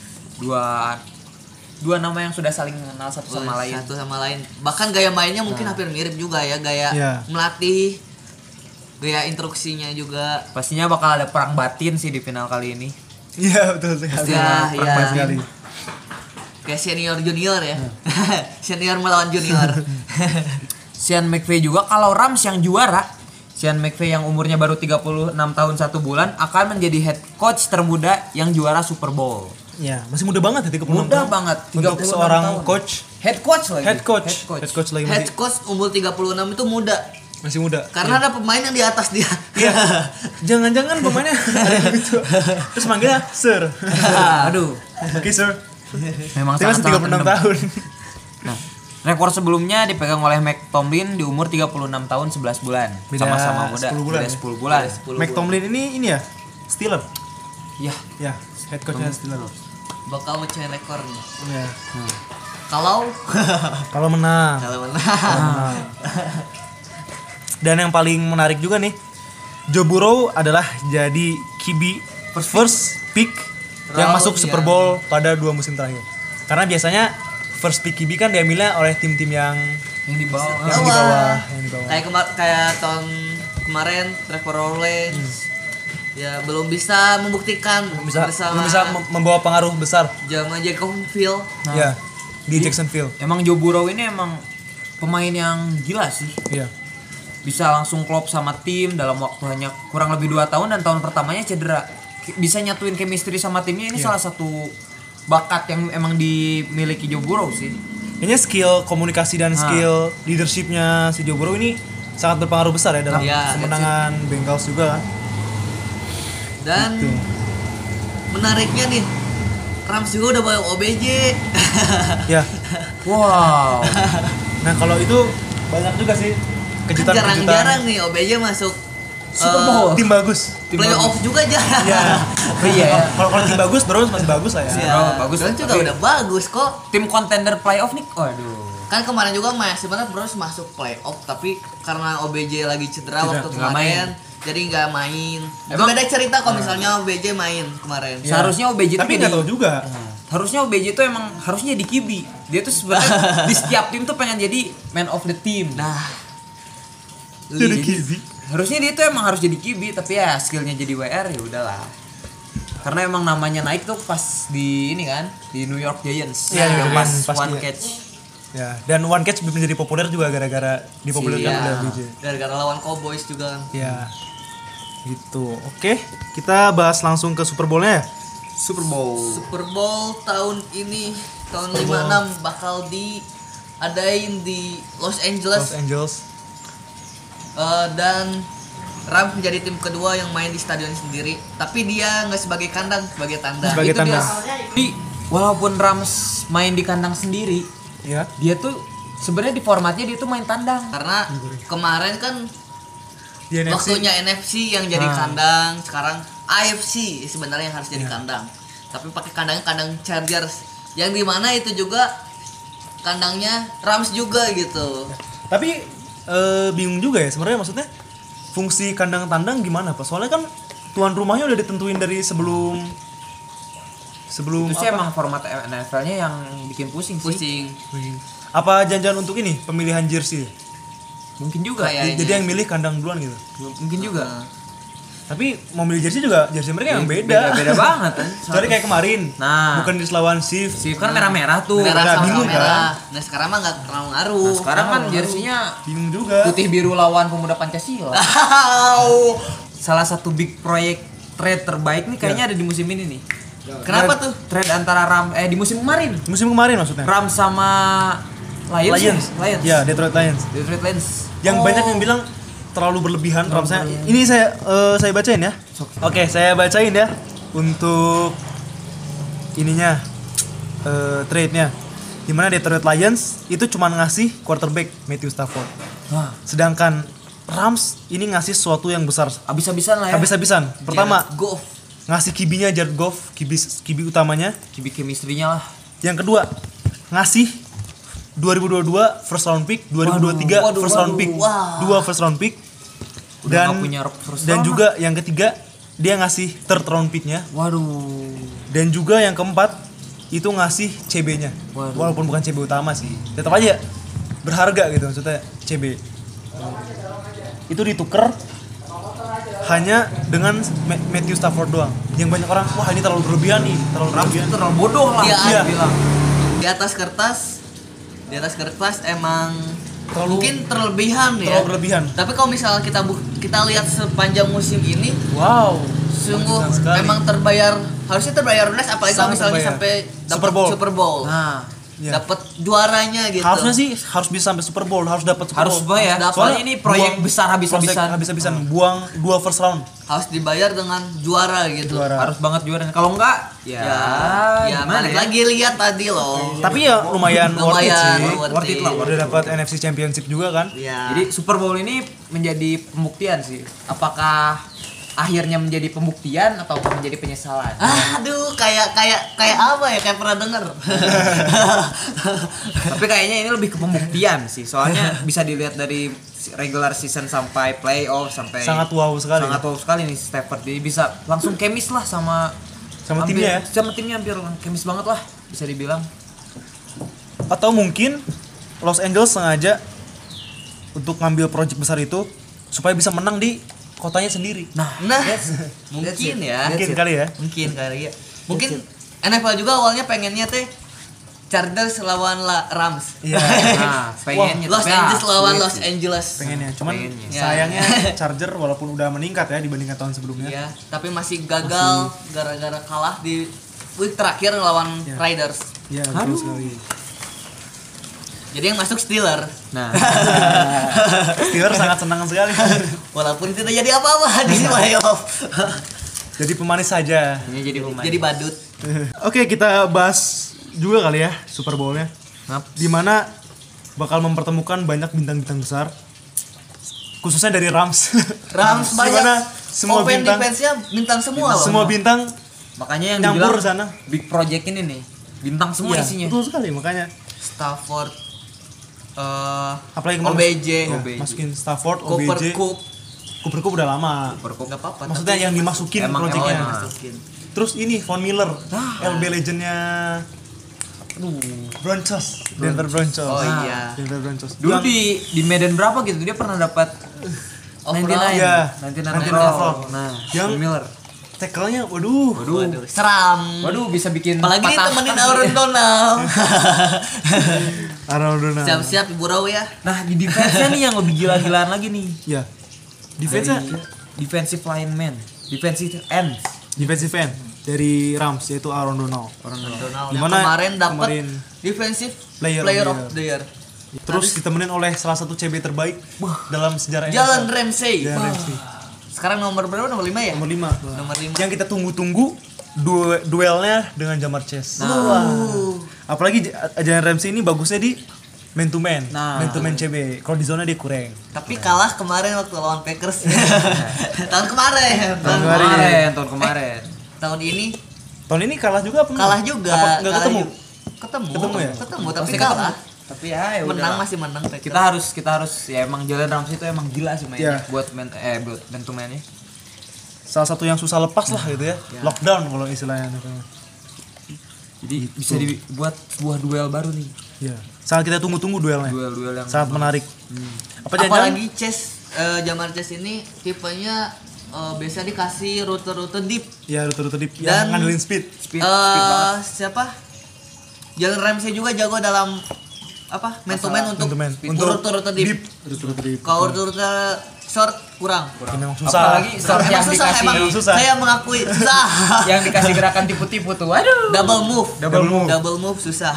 dua nama yang sudah saling mengenal satu sama lain. Satu sama lain. Bahkan gaya mainnya mungkin hampir mirip juga ya, gaya Iya. melatih, gaya instruksinya juga. Pastinya bakal ada perang batin sih di final kali ini. Iya, betul sekali. Ya, Perang iya. sekali. Kayak senior junior ya. Senior melawan junior. Sean McVay juga kalau Rams yang juara, Sean McVay yang umurnya baru 36 tahun 1 bulan akan menjadi head coach termuda yang juara Super Bowl. Ya, masih muda banget ya 36 Muda tahun. banget, Untuk 36 seorang tahun. coach, Head coach lagi. head coach lagi Head masih, coach umur 36 itu muda. masih muda. Karena ada pemain yang di atas dia. Iya. Jangan-jangan pemainnya ada yang gitu. Terus manggilnya Sir. Aduh, Oke, Sir. memang Dia masih 36 random. tahun. Nah, rekor sebelumnya dipegang oleh Mike Tomlin di umur 36 tahun 11 bulan. Beda Sama-sama muda. 10 bulan Beda ya? 10 bulan. Mike Tomlin ini ya, Steeler. Ya, Ya, head coachnya Steeler. Bakal mecahin rekor nih. Ya. Kalau Kalau menang. kalau menang. Dan yang paling menarik juga nih, Joe Burrow adalah jadi QB first pick yang masuk Super Bowl pada 2 musim terakhir. Karena biasanya first pick QB kan diambilnya oleh tim-tim yang yang di bawah. di bawah, yang di bawah. Kayak tahun kemarin Trevor Lawrence ya belum bisa membuktikan Bisa bersama belum bisa membawa pengaruh besar. Jamal Jacksonville. Ya, di Jacksonville. Emang Joe Burrow ini emang pemain yang gila sih. Iya. Bisa langsung klop sama tim dalam waktu hanya kurang lebih 2 tahun dan tahun pertamanya cedera. bisa nyatuin chemistry sama timnya ini salah satu bakat yang emang dimiliki Joe Burrow sih. Kayaknya skill komunikasi dan skill leadershipnya si Joe Burrow ini sangat berpengaruh besar ya dalam kemenangan Bengals juga kan. Dan menariknya nih, Rams juga udah bawa OBJ. Ya. Wow. Nah kalau itu banyak juga sih kejutan-kejutan. Jarang-jarang nih OBJ masuk Super Bowl. Tim bagus. playoff juga jarang. Ya. Iya. Kalau tim bagus Browns masih bagus lah ya. Iya. Bagus. Browns juga udah bagus kok. Tim contender playoff nih. Waduh. Kan kemarin juga sebenarnya Browns masuk playoff tapi karena OBJ lagi cedera waktu nggak kemarin jadi nggak main. Emang beda cerita kalau misalnya OBJ main kemarin. Seharusnya OBJ Tapi tuh nggak tahu juga. harusnya OBJ tuh emang harusnya jadi QB. Dia tuh sebenarnya di setiap tim tuh pengen jadi man of the team. Nah, Jadi kizi. Harusnya dia tuh emang harus jadi QB tapi ya skillnya jadi WR ya udahlah. Karena emang namanya naik tuh pas di ini kan di New York Giants. Iya, yang New York pas Giants, pasti one ya. catch. Ya, dan One Catch menjadi populer juga gara-gara dipopulerkan oleh OBJ. gara-gara lawan Cowboys juga kan. Ya. Gitu. Oke, kita bahas langsung ke Super Bowl-nya ya. Super Bowl. Super Bowl tahun ini tahun 56 bakal diadain di Los Angeles. Los Angeles. Dan Rams menjadi tim kedua yang main di stadion sendiri, tapi dia nggak sebagai kandang, sebagai tandang. Sebagai Itu tandang. Jadi walaupun Rams main di kandang sendiri, Ya. dia tuh sebenarnya di formatnya dia tuh main tandang. karena kemarin kan Di NFC. waktunya NFC yang jadi kandang, sekarang AFC sebenarnya yang harus jadi kandang. Tapi pakai kandang Chargers, yang dimana itu juga kandangnya Rams juga gitu. Tapi bingung juga ya sebenarnya maksudnya fungsi kandang tandang gimana Pak? Soalnya kan tuan rumahnya udah ditentuin dari sebelum Itu sih emang format NFL-nya yang bikin pusing sih. Pusing. apa janjian untuk ini pemilihan jersey? Mungkin juga. Kayaknya Jadi yang milih kandang duluan gitu. Mungkin juga. Tapi mau milih jersey juga jersey mereka yang beda. Beda banget kan. Soalnya kayak kemarin. Nah. Bukan di lawan Chiefs. Sih kan merah-merah tuh. Merah Udah sama bingung merah. Nah sekarang mah nggak terlalu ngaruh. Sekarang kan jersinya Bingung juga. putih biru lawan pemuda Pancasila. Salah satu big proyek trade terbaik nih kayaknya ada di musim ini nih. Kenapa tuh? Trade antara di musim kemarin. Musim kemarin maksudnya. Rams sama Lions. Ya, Detroit Lions. Detroit Lions. Yang banyak yang bilang terlalu berlebihan Ramsnya. Ini saya bacain ya. Oke, saya bacain ya untuk ininya trade-nya. Dimana Detroit Lions itu cuma ngasih quarterback Matthew Stafford. Wah, Sedangkan Rams ini ngasih sesuatu yang besar. habis-habisan lah ya. Habis-habisan. Pertama, Go. ngasih kibinya Jared Goff, kibi utamanya. Kibi chemistry-nya lah. Yang kedua, ngasih 2022 first round pick, 2023 first round pick. Dua first round pick. Udah nggak punya first Dan round juga yang ketiga, dia ngasih third round picknya. Waduh. Dan juga yang keempat, itu ngasih CB-nya. Waduh. Walaupun bukan CB utama sih. Tetap aja berharga gitu maksudnya CB. Itu ditukar hanya dengan Matthew Stafford doang. Yang banyak orang, wah ini terlalu berlebihan nih, terlalu berlebihan. Terlalu bodoh lah. Iya. dia bilang. Di atas kertas emang Terlalu- mungkin terlebihan ya. Terlalu berlebihan. Tapi kalau misalnya kita lihat sepanjang musim ini, Wow. sungguh Menyenangkan sekali. memang harusnya terbayar lunas, apalagi kalau Sangat misalnya terbayar. sampai Super dapat Bowl. Super Bowl, Nah, Iya. dapat juaranya gitu. Harusnya sih harus bisa sampai Super Bowl, harus dapat Super harus Bowl. ya. dapat. Soalnya ini proyek besar habis-habisan. Habis-habisan buang 2 first round. Harus dibayar dengan juara gitu. Juara. Harus banget juara. Kalau enggak, ya, Ya, gimana balik ya? lagi lihat tadi loh. Tapi ya lumayan worth it Lumayan sih. worth it. Udah dapat NFC Championship juga kan? Ya. Jadi Super Bowl ini menjadi pembuktian sih. Apakah akhirnya menjadi pembuktian atau menjadi penyesalan? Aduh, kayak apa ya? Kayak pernah denger. Tapi kayaknya ini lebih ke pembuktian sih. Soalnya bisa dilihat dari regular season sampai playoff sampai Sangat wow sekali. Sangat wow sekali nih Stafford. Jadi bisa langsung kemis lah sama timnya ya? Sama timnya hampir kemis banget lah bisa dibilang. Atau mungkin Los Angeles sengaja untuk ngambil project besar itu supaya bisa menang di kotanya sendiri. Nah, mungkin ya. Mungkin kali ya. Mungkin kali ya. Mungkin NFL juga awalnya pengennya teh Chargers lawan Rams. Iya. Nah, pengennya Los tapi Angeles lawan sulit Los sih. Angeles. Pengennya, cuman Pengennya. sayangnya Charger walaupun udah meningkat ya dibandingkan tahun sebelumnya. Iya, tapi masih gagal gara-gara kalah di week terakhir lawan Raiders. Iya, betul sekali. Jadi yang masuk Steelers. Nah, Steelers sangat senang sekali. Walaupun tidak jadi apa-apa di playoff. Jadi pemanis saja. ini jadi pemain. Jadi badut. Oke, kita bahas juga kali ya Super Bowl-nya. Di mana bakal mempertemukan banyak bintang-bintang besar. Khususnya dari Rams. Rams banyak. Dimana semua Open bintang, defense-nya bintang semua loh. semua bintang Makanya yang nyampur dibilang sana. big project ini nih. Bintang semua Iya, isinya. betul sekali makanya. Stafford Apalagi kemarin OBJ, ya, masukin Stafford, Cooper OBJ. Kupp. Cooper Kupp udah lama. Enggak apa-apa. Maksudnya yang dimasukin Emang projectnya. dimasukin. Terus ini Von Miller, LB legendnya Broncos, Denver Broncos. Oh iya. Denver Broncos. Dulu di Medan berapa gitu dia pernah dapat Overall. 99. Iya. 99 overall. overall. Nah, Yang- Von Miller. Tackle-nya waduh. Waduh, seram. Waduh, bisa bikin Apalagi patah. ditemenin Aaron Donald. Arnold Donald. Siap-siap Ibu Raw ya. Nah, di defense-nya nih yang lebih gila-gilaan lagi nih. Ya. Defense-nya Defensive lineman, defensive end. defensive end dari Rams yaitu Aaron Donald. Donald yang Gimana kemarin dapat kemarin defensive player player of of the year. Terus ditemenin oleh salah satu CB terbaik dalam sejarah Jalen NFL. Ramsey. Jalen Wah. Ramsey. Sekarang nomor berapa? Nomor 5 ya? Nomor 5. Nomor 5. Yang kita tunggu-tunggu duelnya dengan Jamar Chase. Apalagi Jalen Ramsey ini bagusnya di man to man, man to man CB. Kalau di zona dia kurang. Tapi kalah kemarin waktu lawan Packers. Tahun kemarin. Tahun kemarin. Tahun ini Tahun ini kalah juga apa? kalah juga. Apa, nggak Kalah ketemu? juga. Ketemu. Ketemu ya? Ketemu tapi Pasti kalah. Tapi ya Menang masih menang Packers. kita harus ya emang Jalen Ramsey itu emang gila sih mainnya Iya. buat buat man to man-nya. Salah satu yang susah lepas lah gitu ya. Lockdown kalau istilahnya. Jadi bisa dibuat sebuah duel baru nih. Iya. Sangat kita tunggu-tunggu duelnya. Duel-duel yang Sangat menarik. Apa jangan Apalagi Jamar Chase ini tipenya biasa dikasih rute-rute deep. ya rute-rute deep Dan- yang ngandelin speed. speed banget. Siapa? Jalen Ramsey juga jago dalam apa? Man to man untuk Man-to-man. rute-rute deep. Rute-rute deep. Kalau rute Iya. short kurang. Ini memang susah. Apalagi short yang Emang susah, dikasih emang susah. Saya mengakui susah. yang dikasih gerakan tipu-tipu tuh. Waduh. Double move susah.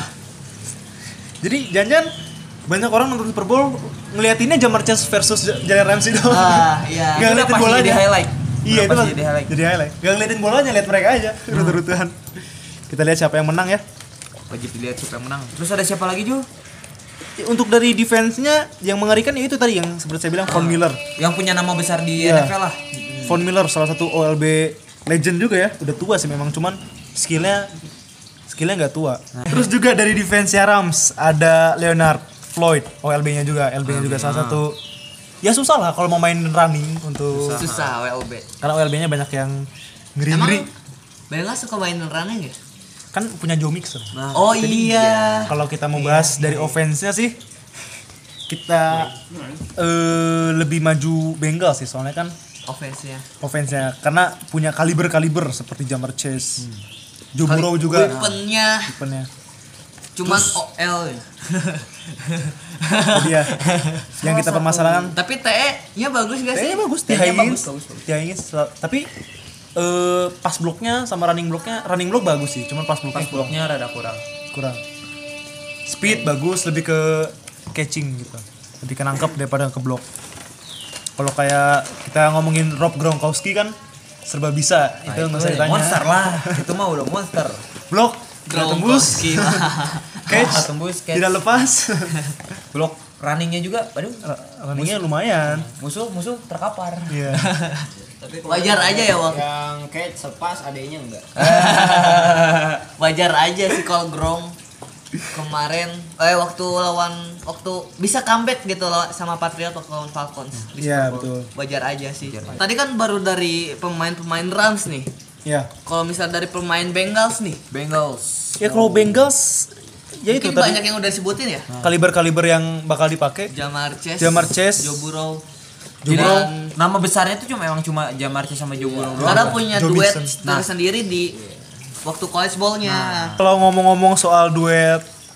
Jadi jangan banyak orang nonton Super Bowl ngeliatinnya Jamar Chase versus Jalen Ramsey doang. Iya. Gak Itu udah ngeliatin pasti bolanya. jadi highlight. Iya itu pasti mas- jadi highlight. jadi highlight. Gak ngeliatin bolanya, lihat mereka aja rute-rutean. Kita lihat siapa yang menang ya. Wajib dilihat siapa yang menang. Terus ada siapa lagi Ju? Untuk dari defense-nya yang mengerikan ya itu tadi yang seperti saya bilang Von Miller. Yang punya nama besar di Iya. NFL lah. Von Miller salah satu OLB legend juga ya. Udah tua sih memang cuman skillnya nggak tua. Terus juga dari defense Rams ada Leonard Floyd, OLB-nya juga, LB-nya juga salah satu. Ya susah lah kalau mau main running untuk Susah WLB. karena OLB-nya banyak yang ngeri-ngeri. Bella suka main running ya? Kan punya Joe Mixon. Oh iya. Kalau kita mau bahas dari offense-nya sih kita lebih maju Bengals sih soalnya kan Offense-nya. offense-nya karena punya kaliber seperti Jamar Chase. Joe Burrow juga Weapon-nya weaponnya. cuman OL ya. Jadi ya yang kita permasalahkan Tapi TE-nya bagus gak sih? kayaknya bagus T. TE-nya Higgins. bagus. T. Higgins tapi pas bloknya sama running block bagus sih cuman pas bloknya Bloknya rada kurang. kurang. Speed bagus lebih ke catching gitu. Lebih ke nangkep daripada ke blok. Kalau kayak kita ngomongin Rob Gronkowski kan serba bisa itu nggak usah ditanya. Monster lah. Itu mah udah monster. Blok tidak tembus, Gronkowski lah. catch Tembus, catch. tidak lepas. Blok runningnya juga, aduh. Runningnya lumayan. Musuh terkapar. Iya. Wajar aja ya Wak. Yang catch sepas adanya enggak. Wajar aja sih kalau Gronk kemarin waktu bisa comeback gitu loh sama Patriot waktu lawan Falcons di Iya, Super Bowl. betul. Wajar aja sih. Tadi kan baru dari pemain-pemain Rams nih. Ya. Kalau misal dari pemain Bengals nih, Bengals. Ya kalau Bengals ya itu mungkin tadi banyak yang udah disebutin ya. kaliber-kaliber yang bakal dipakai. Jamar Chase, Joe Burrow. Joe Burrow. Dan Nama besarnya tuh cuma Jamar Chase sama Joe Burrow doang. karena punya Joe duet Mixon. tersendiri di waktu college ball-nya. Kalau ngomong-ngomong soal duet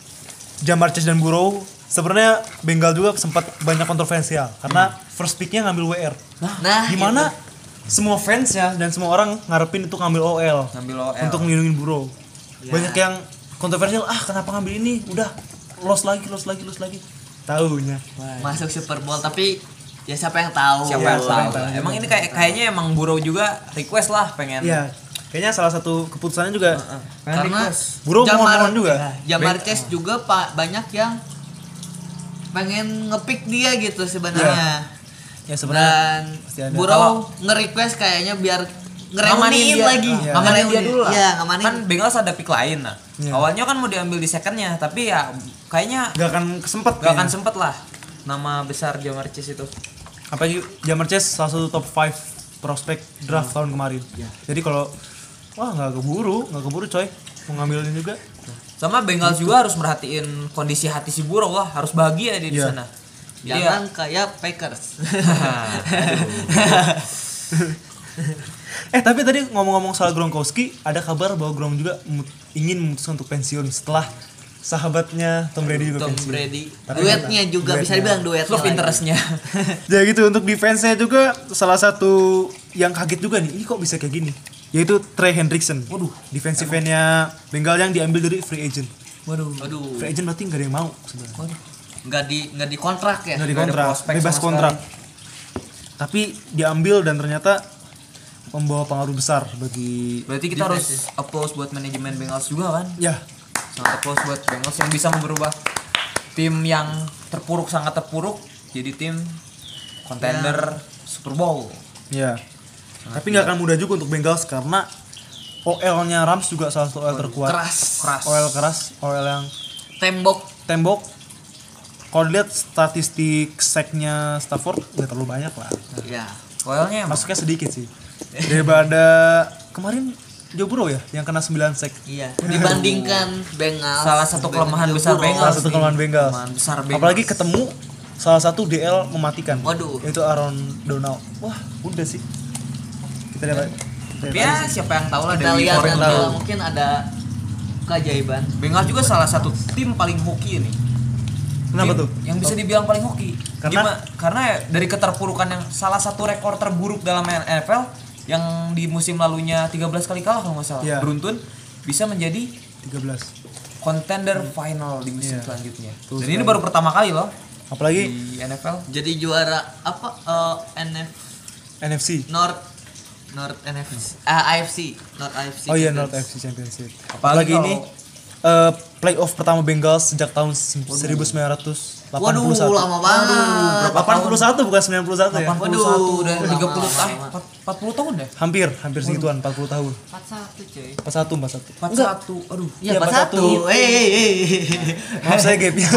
Jamar Chase dan Burrow sebenarnya Bengal juga sempat banyak kontroversial karena first picknya ngambil WR. Nah, Gimana semua fansnya dan semua orang ngarepin itu ngambil OL untuk ngelindungin Burrow. Banyak yang kontroversial, kenapa ngambil ini? Udah loss lagi. Tahunya masuk Super Bowl tapi ya siapa yang tahu. Siapa yang tahu. Emang ini kayaknya emang Burrow juga request lah pengen. Iya. Kayaknya salah satu keputusannya juga Karena Burrow mohon juga. Jamar Chase juga banyak yang pengen ngepick dia gitu sebenarnya. Ya sebenarnya Dan pasti ada. Burrow nge-request kayaknya biar Ngamanin ngereuniin dia. lagi. Iya. Ngamanin dia dulu lah. Iya, ngamanin. Kan Bengals ada pick lain nah. Iya. Awalnya kan mau diambil di secondnya, tapi ya kayaknya Gak akan sempet. gak akan sempet lah. Nama besar Jamar Chase itu. Apalagi Jamar Chase salah satu top 5 prospek draft tahun kemarin. Jadi kalau nggak keburu coy mau ngambilin juga. Sama Bengals juga harus merhatiin kondisi hati si Burrow lah, harus bahagia dia di Iya. sana. Jadi Jangan kayak Packers. Tapi tadi ngomong-ngomong soal Gronkowski, ada kabar bahwa Gronk juga ingin memutuskan untuk pensiun setelah sahabatnya Tom Brady juga Tom pensiun. Brady. Tapi Duetnya juga bisa dibilang duet. love interestnya. Ya gitu, untuk defense-nya juga salah satu yang kaget juga nih, ini kok bisa kayak gini, yaitu Trey Hendrickson. Waduh, defensive end-nya Bengal yang diambil dari free agent. Waduh. Free agent berarti nggak ada yang mau sebenarnya. Nggak di kontrak ya. Nggak di Nggak ada kontrak, prospek bebas sama kontrak. Tapi diambil dan ternyata membawa pengaruh besar bagi Berarti kita harus applause buat manajemen Bengals juga kan? ya Sangat applause buat Bengals yang bisa merubah tim yang sangat terpuruk jadi tim contender Super Bowl. ya. Tapi nggak akan mudah juga untuk Bengals karena OL-nya Rams juga salah satu OL terkuat. Keras. OL keras, OL yang Tembok. Kalau dilihat statistik sack-nya Stafford nggak terlalu banyak lah. Ya. Soalnya emang Masuknya sedikit sih. Daripada kemarin Joe Burrow ya yang kena 9 sack. Iya. Dibandingkan Bengals. salah satu kelemahan besar Burrow. Bengals. Salah satu kelemahan Bengals. Kelemahan besar Bengals. Apalagi ketemu salah satu DL mematikan. Waduh. Yaitu Aaron Donald. Wah, udah sih. Kita lihat. Tapi ya siapa yang tahu lah Kita dari lihat Foreign nanti tahu. lah, mungkin ada keajaiban. Bengals juga salah satu tim paling hoki nih. Kenapa Tim tuh? Yang bisa dibilang paling hoki. Karena? Karena ya dari keterpurukan yang salah satu rekor terburuk dalam NFL yang di musim lalunya 13 kali kalah kalau nggak salah. Iya. Beruntun bisa menjadi 13. contender final di musim Iya. Betul selanjutnya. Dan sekali. ini baru pertama kali loh Apalagi di NFL. Jadi juara apa? NFC. North NFC. AFC. North AFC. Oh iya, Champions. North FC Championship. Apalagi Apalagi ini playoff pertama Bengals sejak tahun 1981. Waduh, lama banget. 81 bukan 91 ya. 81 dan Lama, 30 lama, tahun. lama. 40 tahun deh. Hampir segituan 40 tahun. 41 cuy. 41. 41. Aduh. Iya, Iya, 41. 41. Maaf saya gap ya.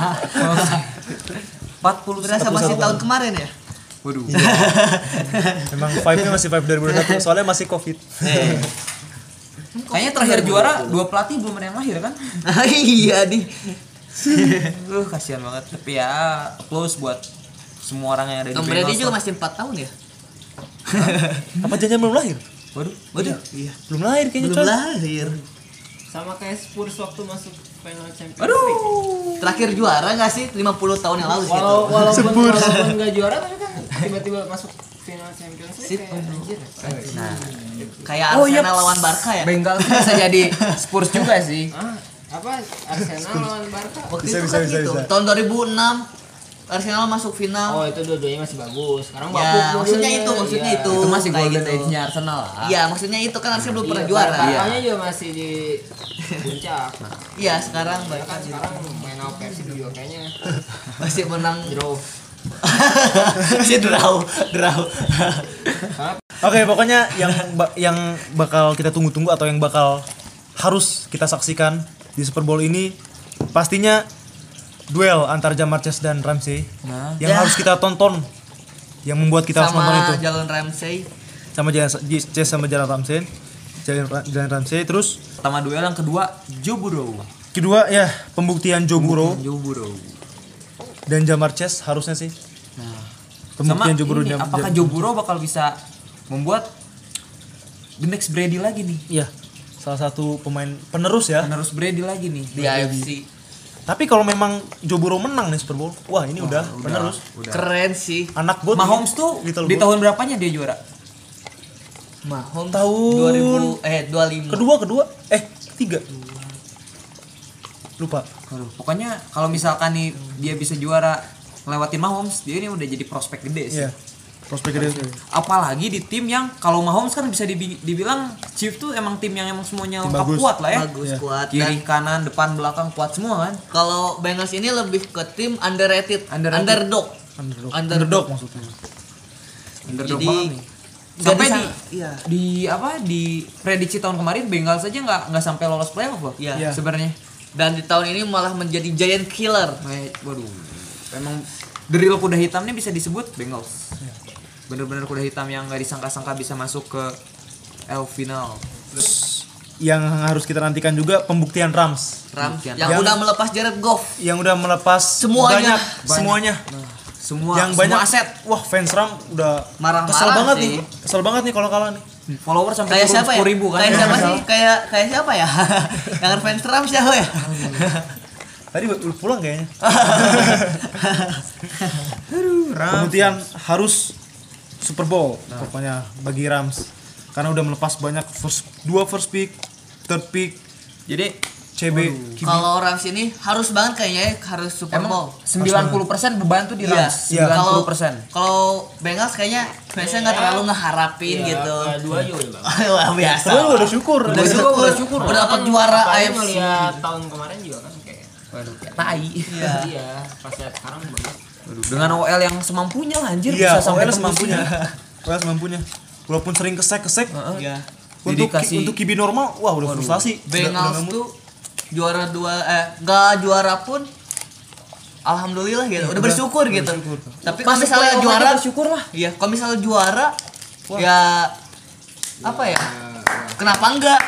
40 Berasa masih tahun kemarin ya? Waduh. Memang vibe-nya masih vibe 2021 soalnya masih Covid. Kayaknya terakhir juara dua pelatih belum ada yang lahir kan? Iya nih. Kasihan banget. Tapi ya applause buat semua orang yang ada di Tom Brady Bengals juga lah. masih 4 tahun ya? Apa jangan belum lahir? Waduh. Iya. Belum lahir kayaknya Belum coy. lahir. Sama kayak Spurs waktu masuk final Champions Aduh. League. Terakhir juara nggak sih 50 tahun yang lalu sih? Walaupun nggak juara tapi kan tiba-tiba masuk final Champions League kayak anjir. Nah, kayak Oh, iya. Arsenal lawan Barca ya? Bengals bisa jadi Spurs juga sih. Apa Arsenal lawan Barca? Waktu Bisa, itu bisa, kan bisa, gitu. bisa. Tahun 2006 Arsenal masuk final. Oh itu dua-duanya masih bagus. Sekarang Ya, bapuk maksudnya dua-duanya. maksudnya Iya. itu. Itu masih kayak golden gitu. age-nya Arsenal lah. Iya, maksudnya itu kan Arsenal belum pernah Iya, juara. Barkanya juga masih di puncak. Iya, sekarang Kan Barca sekarang main sama Persib juga kayaknya masih menang. draw. Si draw. Oke, pokoknya yang bakal kita tunggu-tunggu atau yang bakal harus kita saksikan di Super Bowl ini pastinya duel antar Jamar Chase dan Ramsey yang Ya. harus kita tonton, yang membuat kita harus nonton itu. Sama Jalen Ramsey. Sama Chase sama Jalen Ramsey. Terus Pertama duel, yang kedua Joe Burrow. kedua ya pembuktian Joe Burrow Joe Burrow. dan Jamar Chase harusnya sih. Pembuktian Joe Burrow. Apakah Joe Burrow bakal bisa membuat the next Brady lagi nih? Iya, salah satu pemain penerus ya. Penerus Brady lagi nih Di AFC. Tapi kalau memang Joe Burrow menang nih Super Bowl, wah ini udah penerus. Keren sih. Anak gue Mahomes tuh di tahun berapanya dia juara? Mahomes tahun 25. kedua ketiga. Lupa. Aduh, pokoknya kalau misalkan nih dia bisa juara ngelewatin Mahomes, dia ini udah jadi prospek gede sih. Iya. Prospek gede. Apalagi di tim yang kalau Mahomes kan bisa dibilang Chiefs tuh emang tim yang emang semuanya lengkap bagus. kuat lah ya. Bagus Iya. kuat. Dan Kiri, kanan, depan, belakang kuat semua kan. kalau Bengals ini lebih ke tim underrated. Underrated. Underdog maksudnya. Underdog Jadi, banget nih. nggak Sampai iya. di prediksi tahun kemarin Bengals aja nggak sampai lolos playoff loh. Iya. Sebenarnya. Dan di tahun ini malah menjadi giant killer. Waduh. Emang the real kuda hitam nih bisa disebut Bengals. Bener-bener kuda hitam yang nggak disangka-sangka bisa masuk ke L final. Terus yang harus kita nantikan juga pembuktian Rams Rams Yang yang udah melepas Jared Goff. yang udah melepas Semuanya. semuanya. Semua Yang semua banyak aset. Wah, fans Ram udah Marah-marah kesel banget sih. nih. Kesel banget nih kalau kalah nih. Follower sampai Kayak turun siapa ya? 10.000 kan. Kayak siapa sih? Kayak siapa ya? Yang fans Rams siapa ya? Tadi udah pulang kayaknya. Aduh, Kemudian harus Super Bowl pokoknya bagi Rams karena udah melepas banyak dua first pick, third pick, Jadi CB. Kalau Rams ini harus banget kayaknya ya, harus Super Bowl. emang 90% beban tuh di Iya. Rams. Iya. 90%. Kalau Bengals kayaknya fansnya nggak terlalu ngeharapin gitu. Dua aja udah bang. Wah biasa. Tapi udah syukur. Udah syukur. Udah dapat juara AFC. Ngeliat tahun kemarin juga kan kayak Waduh, kayak tai. iya pas lihat sekarang bagus. Waduh, dengan OL yang semampunya lah anjir Iya, bisa sampai OL tembus semampunya. ini. OL semampunya. Walaupun sering kesek. Iya. Untuk QB normal, wah udah frustasi. Bengals tuh juara nggak juara pun alhamdulillah gitu. Udah bersyukur gitu. Tapi kalau Masuk misalnya playoff juara aja bersyukur lah. Iya, kalau misalnya juara ya apa ya? Kenapa enggak?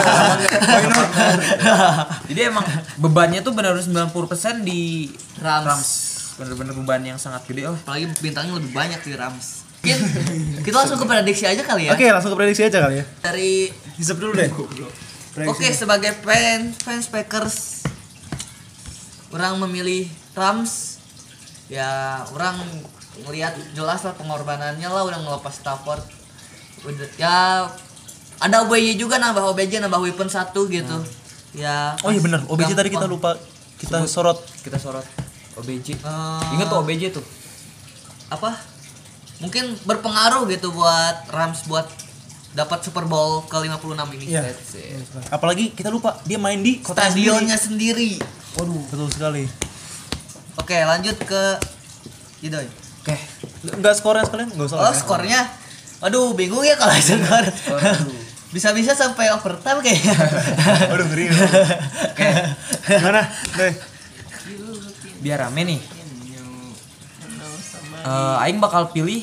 Jadi emang bebannya tuh benar 90% di Rams. Bener-bener beban yang sangat gede lah. Apalagi bintangnya lebih banyak di Rams. Mungkin kita langsung ke prediksi aja kali ya. Oke, langsung ke prediksi aja kali ya. Dari Hisap dulu deh. Oke, sebagai fans Packers, orang memilih Rams. Ya, orang ngelihat jelas lah pengorbanannya lah udah ngelepas Stafford. Udah, ya ada OBJ juga nambah weapon 1 gitu. Ya. Oh iya benar, OBJ tadi kita gampang. lupa kita sorot. Kita sorot OBJ. Eh, Ingat tuh OBJ tuh. apa? Mungkin berpengaruh gitu buat Rams buat dapat Super Bowl ke-56 ini. Iya. That's it. Apalagi kita lupa dia main di kota sendiri. Stadionnya sendiri. Waduh, betul sekali. Oke, lanjut ke Idoy. Oke. Enggak skornya sekalian? Enggak usah. Oh, lah ya. skornya. Aduh, bingung ya kalau skor. Bisa-bisa sampai overtime kayaknya. Waduh, ngeri. Oke. Gimana? Deh. Biar rame nih. Aing bakal pilih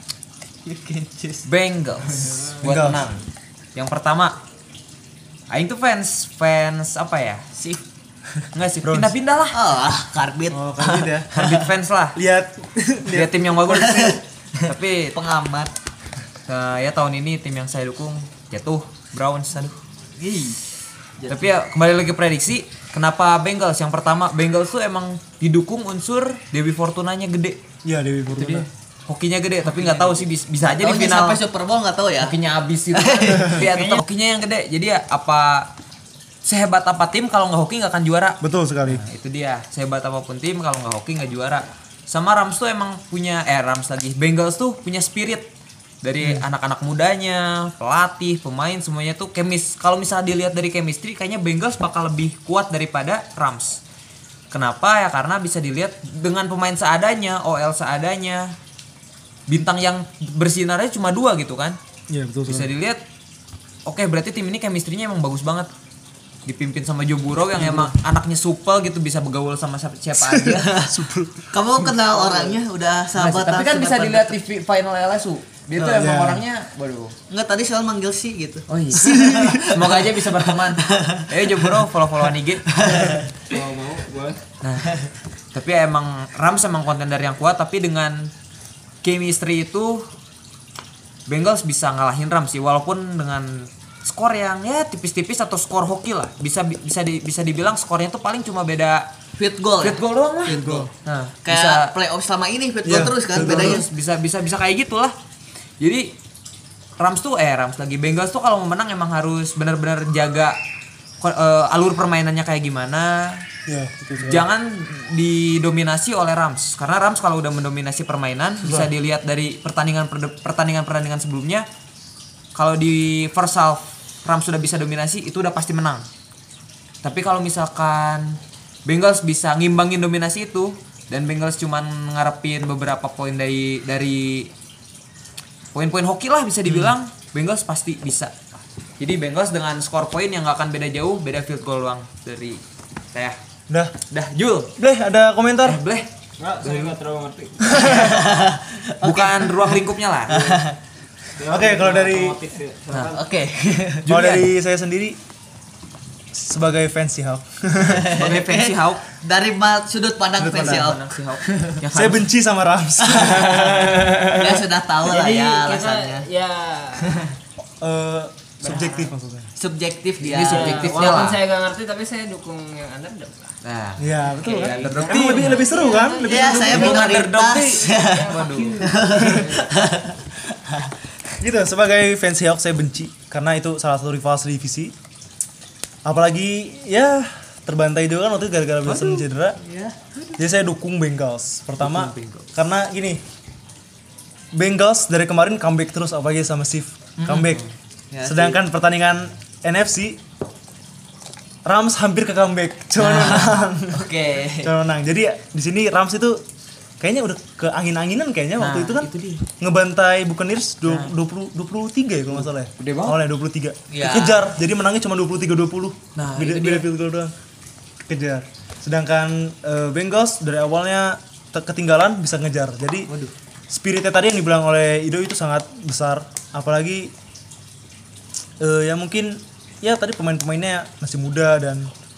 Bengals buat Bengals. menang. Yang pertama, Aing tuh fans apa ya? Sih. Enggak sih, Browns. pindah-pindah lah. Karbit. Oh, kan ya. Herbit fans lah. Lihat Lihat tim yang bagus. Tapi Pengamat. ya tahun ini tim yang saya dukung jatuh Browns. Aduh. Ih. Tapi ya kembali lagi prediksi, kenapa Bengals? Yang pertama, Bengals tuh emang didukung unsur Dewi Fortunanya gede. Iya, Dewi Itu dia. Fortuna. Hokinya gede, tapi nggak tahu sih bisa aja di Taunya final. sampai Super Bowl enggak tahu ya. Hokinya habis itu. Ya tetap hokinya yang gede. Jadi ya apa sehebat apa tim kalau nggak hoki nggak akan juara. Betul sekali. Nah, itu dia. Sehebat apapun tim kalau nggak hoki nggak juara. Sama Rams tuh emang punya Rams lagi. Bengals tuh punya spirit dari anak-anak mudanya, pelatih, pemain semuanya tuh kalau misalnya dilihat dari chemistry kayaknya Bengals bakal lebih kuat daripada Rams. Kenapa ya? Karena bisa dilihat dengan pemain seadanya, OL seadanya. Bintang yang bersinarnya cuma 2 gitu kan. Iya, betul Bisa sekali. dilihat oke, berarti tim ini chemistry-nya emang bagus banget. Dipimpin sama Joe Burrow yang emang anaknya supel gitu, bisa bergaul sama siapa aja. Kamu kenal orangnya udah sahabatan. Tapi kan bisa sedekat- dilihat di final LSU. Dia tuh Oh, emang iya. orangnya waduh. Enggak, tadi soal manggil sih gitu. Oh iya. Semoga aja bisa berteman. Joe Burrow follow-followan IG. Kalau mau gua Nah, tapi emang Rams emang kontender yang kuat, tapi dengan chemistry itu Bengals bisa ngalahin Rams sih, walaupun dengan skor yang ya tipis-tipis atau skor hoki lah. Bisa dibilang skornya tuh paling cuma beda Field goal. Field goal doang lah. Field goal. Nah, Kayak playoff selama ini field goal Iya, terus kan field goal bedanya. bisa kayak gitulah. Jadi Rams lagi Bengals tuh kalau mau menang emang harus benar-benar jaga alur permainannya kayak gimana. Ya, itu. Jangan didominasi oleh Rams karena Rams kalau udah mendominasi permainan bisa dilihat dari pertandingan sebelumnya. Kalau di first half Rams sudah bisa dominasi itu udah pasti menang. Tapi kalau misalkan Bengals bisa ngimbangin dominasi itu dan Bengals cuman ngarepin beberapa poin dari poin-poin hoki lah bisa dibilang, Bengals pasti bisa. Jadi Bengals dengan skor poin yang gak akan beda jauh, beda field goal doang dari saya. Udah. Jul. Bleh, ada komentar? Bleh. Enggak, saya enggak terlalu ngerti. Bukan ruang lingkupnya lah. Oke, kalau dari Oke. kalau dari saya sendiri sebagai fans Seahawks. Sebagai fans Seahawks, Dari sudut pandang fans pandang Seahawks. Yang Saya benci sama Rams. ya sudah tahu lah Jadi ya kita alasannya. ya Subjektif maksudnya. Subjektif dia. Ini subjektifnya walaupun lah. saya gak ngerti tapi saya dukung yang underdog lah. Nah, Iya, betul kan? underdog Emang lebih seru kan? Lebih Ya seru. saya Dukung underdog minoritas. waduh. Gitu, sebagai fans Seahawks saya benci karena itu salah satu rival divisi. Apalagi ya terbantai juga kan waktu itu gara-gara Wilson cedera. Jadi saya dukung Bengals. Pertama karena gini. Bengals dari kemarin comeback terus apalagi sama Steve. Comeback. Ya, Sedangkan pertandingan NFC Rams hampir ke comeback. Cuma menang. Oke. Cuma menang. Jadi di sini Rams itu kayaknya udah ke angin-anginan kayaknya waktu itu kan. itu dia. Ngebantai Buccaneers 23 ya kalau nggak salah ya. Gede banget. Awalnya 23. Ya. Kejar. Jadi menangnya cuma 23-20. Nah, beda, itu beda dia. field goal doang. Kejar. Sedangkan Bengals dari awalnya ketinggalan bisa ngejar. Jadi spiritnya tadi yang dibilang oleh Ido itu sangat besar. Apalagi ya mungkin ya tadi pemain-pemainnya masih muda dan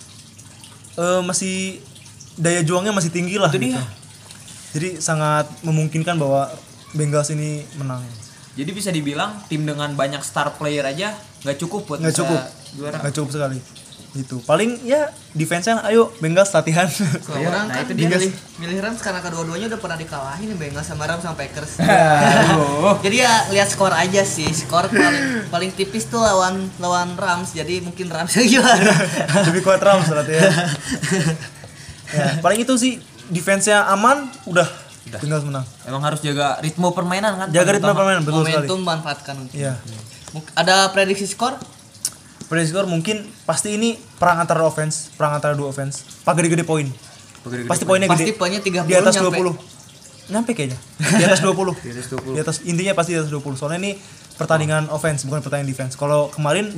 masih daya juangnya masih tinggi lah. Itu gitu. dia. Jadi sangat memungkinkan bahwa Bengals ini menang. Jadi bisa dibilang tim dengan banyak star player aja nggak cukup buat Nggak bisa cukup, juara. nggak cukup sekali. Itu paling ya defense-nya ayo Bengals latihan. Kalau orang Nah, kan itu dia. milih Rams karena kedua-duanya udah pernah dikalahin nih Bengals sama Rams sama Packers. Aduh. Jadi ya lihat skor aja sih. Skor paling tipis tuh lawan Rams. Jadi mungkin Rams yang juara. Lebih kuat Rams berarti ya. Ya, paling itu sih defense-nya aman udah. Bengals menang. Emang harus jaga ritme permainan kan. Jaga paling ritme utama. permainan betul sekali. Momentum manfaatkan. Iya. Ada prediksi skor? Prediksi skor mungkin pasti ini perang antara dua offense. Gede-gede poin. Pasti poinnya Pasti gede. poinnya 30 Di atas nyampe. 20. Nyampe kayaknya. Di atas 20. Di atas 20. Di atas intinya pasti di atas 20. Soalnya ini pertandingan offense bukan pertandingan defense. Kalau kemarin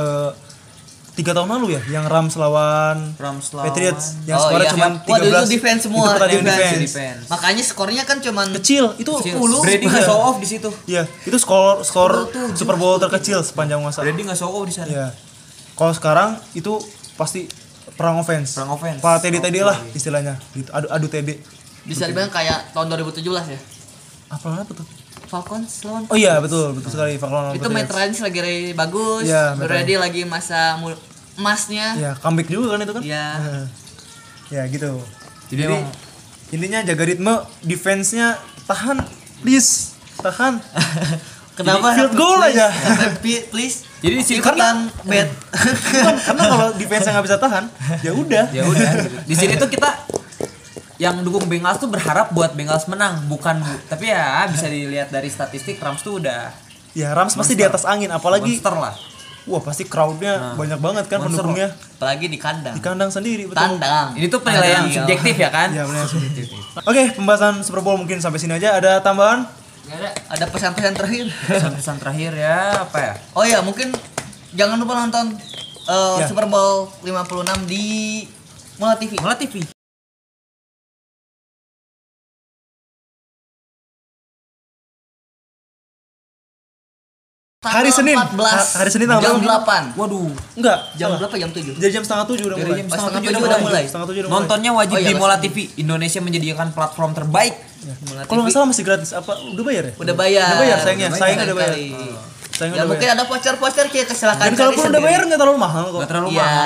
3 tahun lalu ya yang Rams lawan Rams lawan- Patriots yang Oh, skornya iya. cuma Waduh, 13. itu defense semua, Itu pertandingan defense. defense. Makanya skornya kan cuman Kecil, itu 10. Brady nggak show off di situ. Iya, itu skor Super Bowl terkecil sepanjang masa. Brady nggak show off di sana. Iya. Kalau sekarang itu pasti perang offense. Perang offense. Pak TD lah istilahnya. Gitu. Adu TD. bisa dibilang kayak tahun 2017 ya. Apa tuh? Falcons lawan. Oh iya, betul sekali Falcons. Itu Matt Ryan lagi bagus. Iya, Matt Brady lagi masa emasnya. Ya, comeback juga kan itu kan? Iya. Ya gitu. Jadi Jadi emang- intinya jaga ritme, defense-nya tahan, please. Tahan. Kenapa? Field goal Please. aja. Please. Jadi di sini ikutan bet. Karena kalau defense-nya nggak bisa tahan, ya udah. ya udah gitu. Di sini tuh kita yang dukung Bengals tuh berharap buat Bengals menang, tapi ya bisa dilihat dari statistik Rams tuh udah Ya Rams pasti di atas angin, apalagi monster lah. wah pasti crowd-nya banyak banget kan Monster. pendukungnya Apalagi di kandang. di kandang sendiri betul. Tandang. Ini tuh penilaian Iya. subjektif ya kan? Ya benar. Oke, pembahasan Super Bowl mungkin sampai sini aja. Ada tambahan? Gak ada. Ada pesan-pesan terakhir. Pesan-pesan terakhir ya apa ya? Oh ya, mungkin jangan lupa nonton Ya. Super Bowl 56 di Mola TV. Mola TV. Hari Senin. 14. Hari Senin tanggal jam berapa? 8. Waduh. Enggak. Jam salah. berapa? Jam 7. Dari jam setengah 7 udah Dari mulai. jam Setengah setengah 7 tujuh udah mulai. Setengah 7 udah mulai. Nontonnya wajib Oh iya, di Mola pasti. TV. Indonesia menyediakan platform terbaik. Mola Kalau nggak TV. salah masih gratis apa? Udah bayar ya? Udah bayar. Udah bayar sayangnya. Udah Sayangnya udah bayar. sekali. Sayangnya Ya udah mungkin bayar. ada voucher-voucher kayak kecelakaan Dan kalaupun udah bayar nggak terlalu mahal kok. Gak terlalu Iya. mahal lah.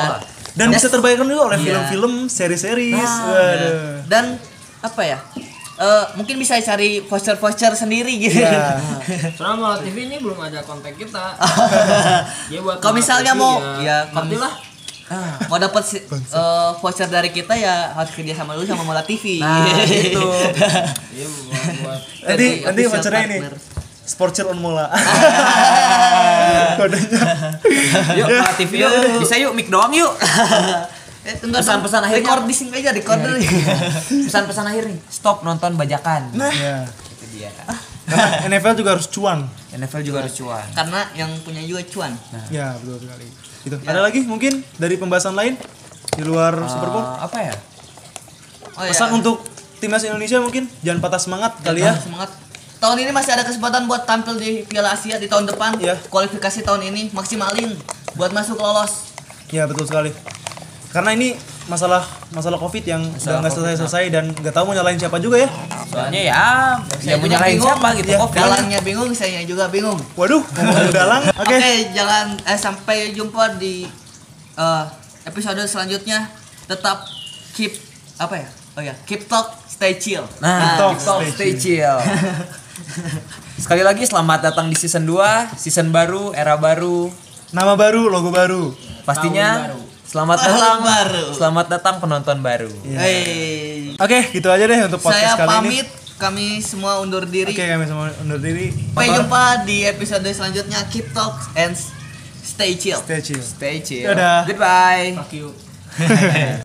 Dan bisa terbayarkan juga oleh film-film, seri-seri. Waduh. Dan apa ya? Mungkin bisa cari voucher sendiri gitu. Iya. Soalnya Mola TV ini belum ada kontak kita. Dia buat Kalau Mola misalnya TV, mau nanti lah. mau dapat voucher dari kita ya harus kerja sama dulu sama Mola TV. Nah, gitu. Iya buat Nanti official vouchernya ini. partner. Sportcher on Mola. Kodenya. Yuk, Mola TV yuk. Bisa yuk, mic doang yuk. Pesan-pesan akhirnya. Record di sini aja, recorder. Pesan-pesan akhir nih. Stop nonton bajakan. Iya. Itu dia. Karena NFL juga harus cuan. NFL juga harus cuan. Karena yang punya juga cuan. Ya, betul sekali. Gitu. Ada lagi mungkin dari pembahasan lain di luar Super Bowl? Apa ya? Oh ya. Pesan untuk timnas Indonesia mungkin jangan patah semangat kali ya. Semangat. Tahun ini masih ada kesempatan buat tampil di Piala Asia di tahun depan. Iya. Kualifikasi tahun ini maksimalin buat masuk lolos. Ya, betul sekali. Karena ini masalah Covid yang udah nggak selesai dan nggak tahu mau nyalain siapa juga ya. Soalnya ya mau nyalahin bingung. siapa gitu. Iya. Covid. Dalangnya bingung, saya juga bingung. Waduh, ngomongin dalang. Oke. Oke, jangan sampai jumpa di episode selanjutnya. Tetap keep apa ya? Oh ya, keep talk, stay chill. Nah, Talk, talk, stay chill. Sekali lagi selamat datang di season 2, season baru, era baru. Nama baru, logo baru. Pastinya selamat Tahun datang. baru. Selamat datang penonton baru. Hey. Oke, gitu aja deh untuk Saya podcast kali pamit, ini. kami semua undur diri. Oke, kami semua undur diri. Sampai jumpa di episode selanjutnya. Keep talk and stay chill. Stay chill. Stay chill. Dadah. Goodbye. fuck you.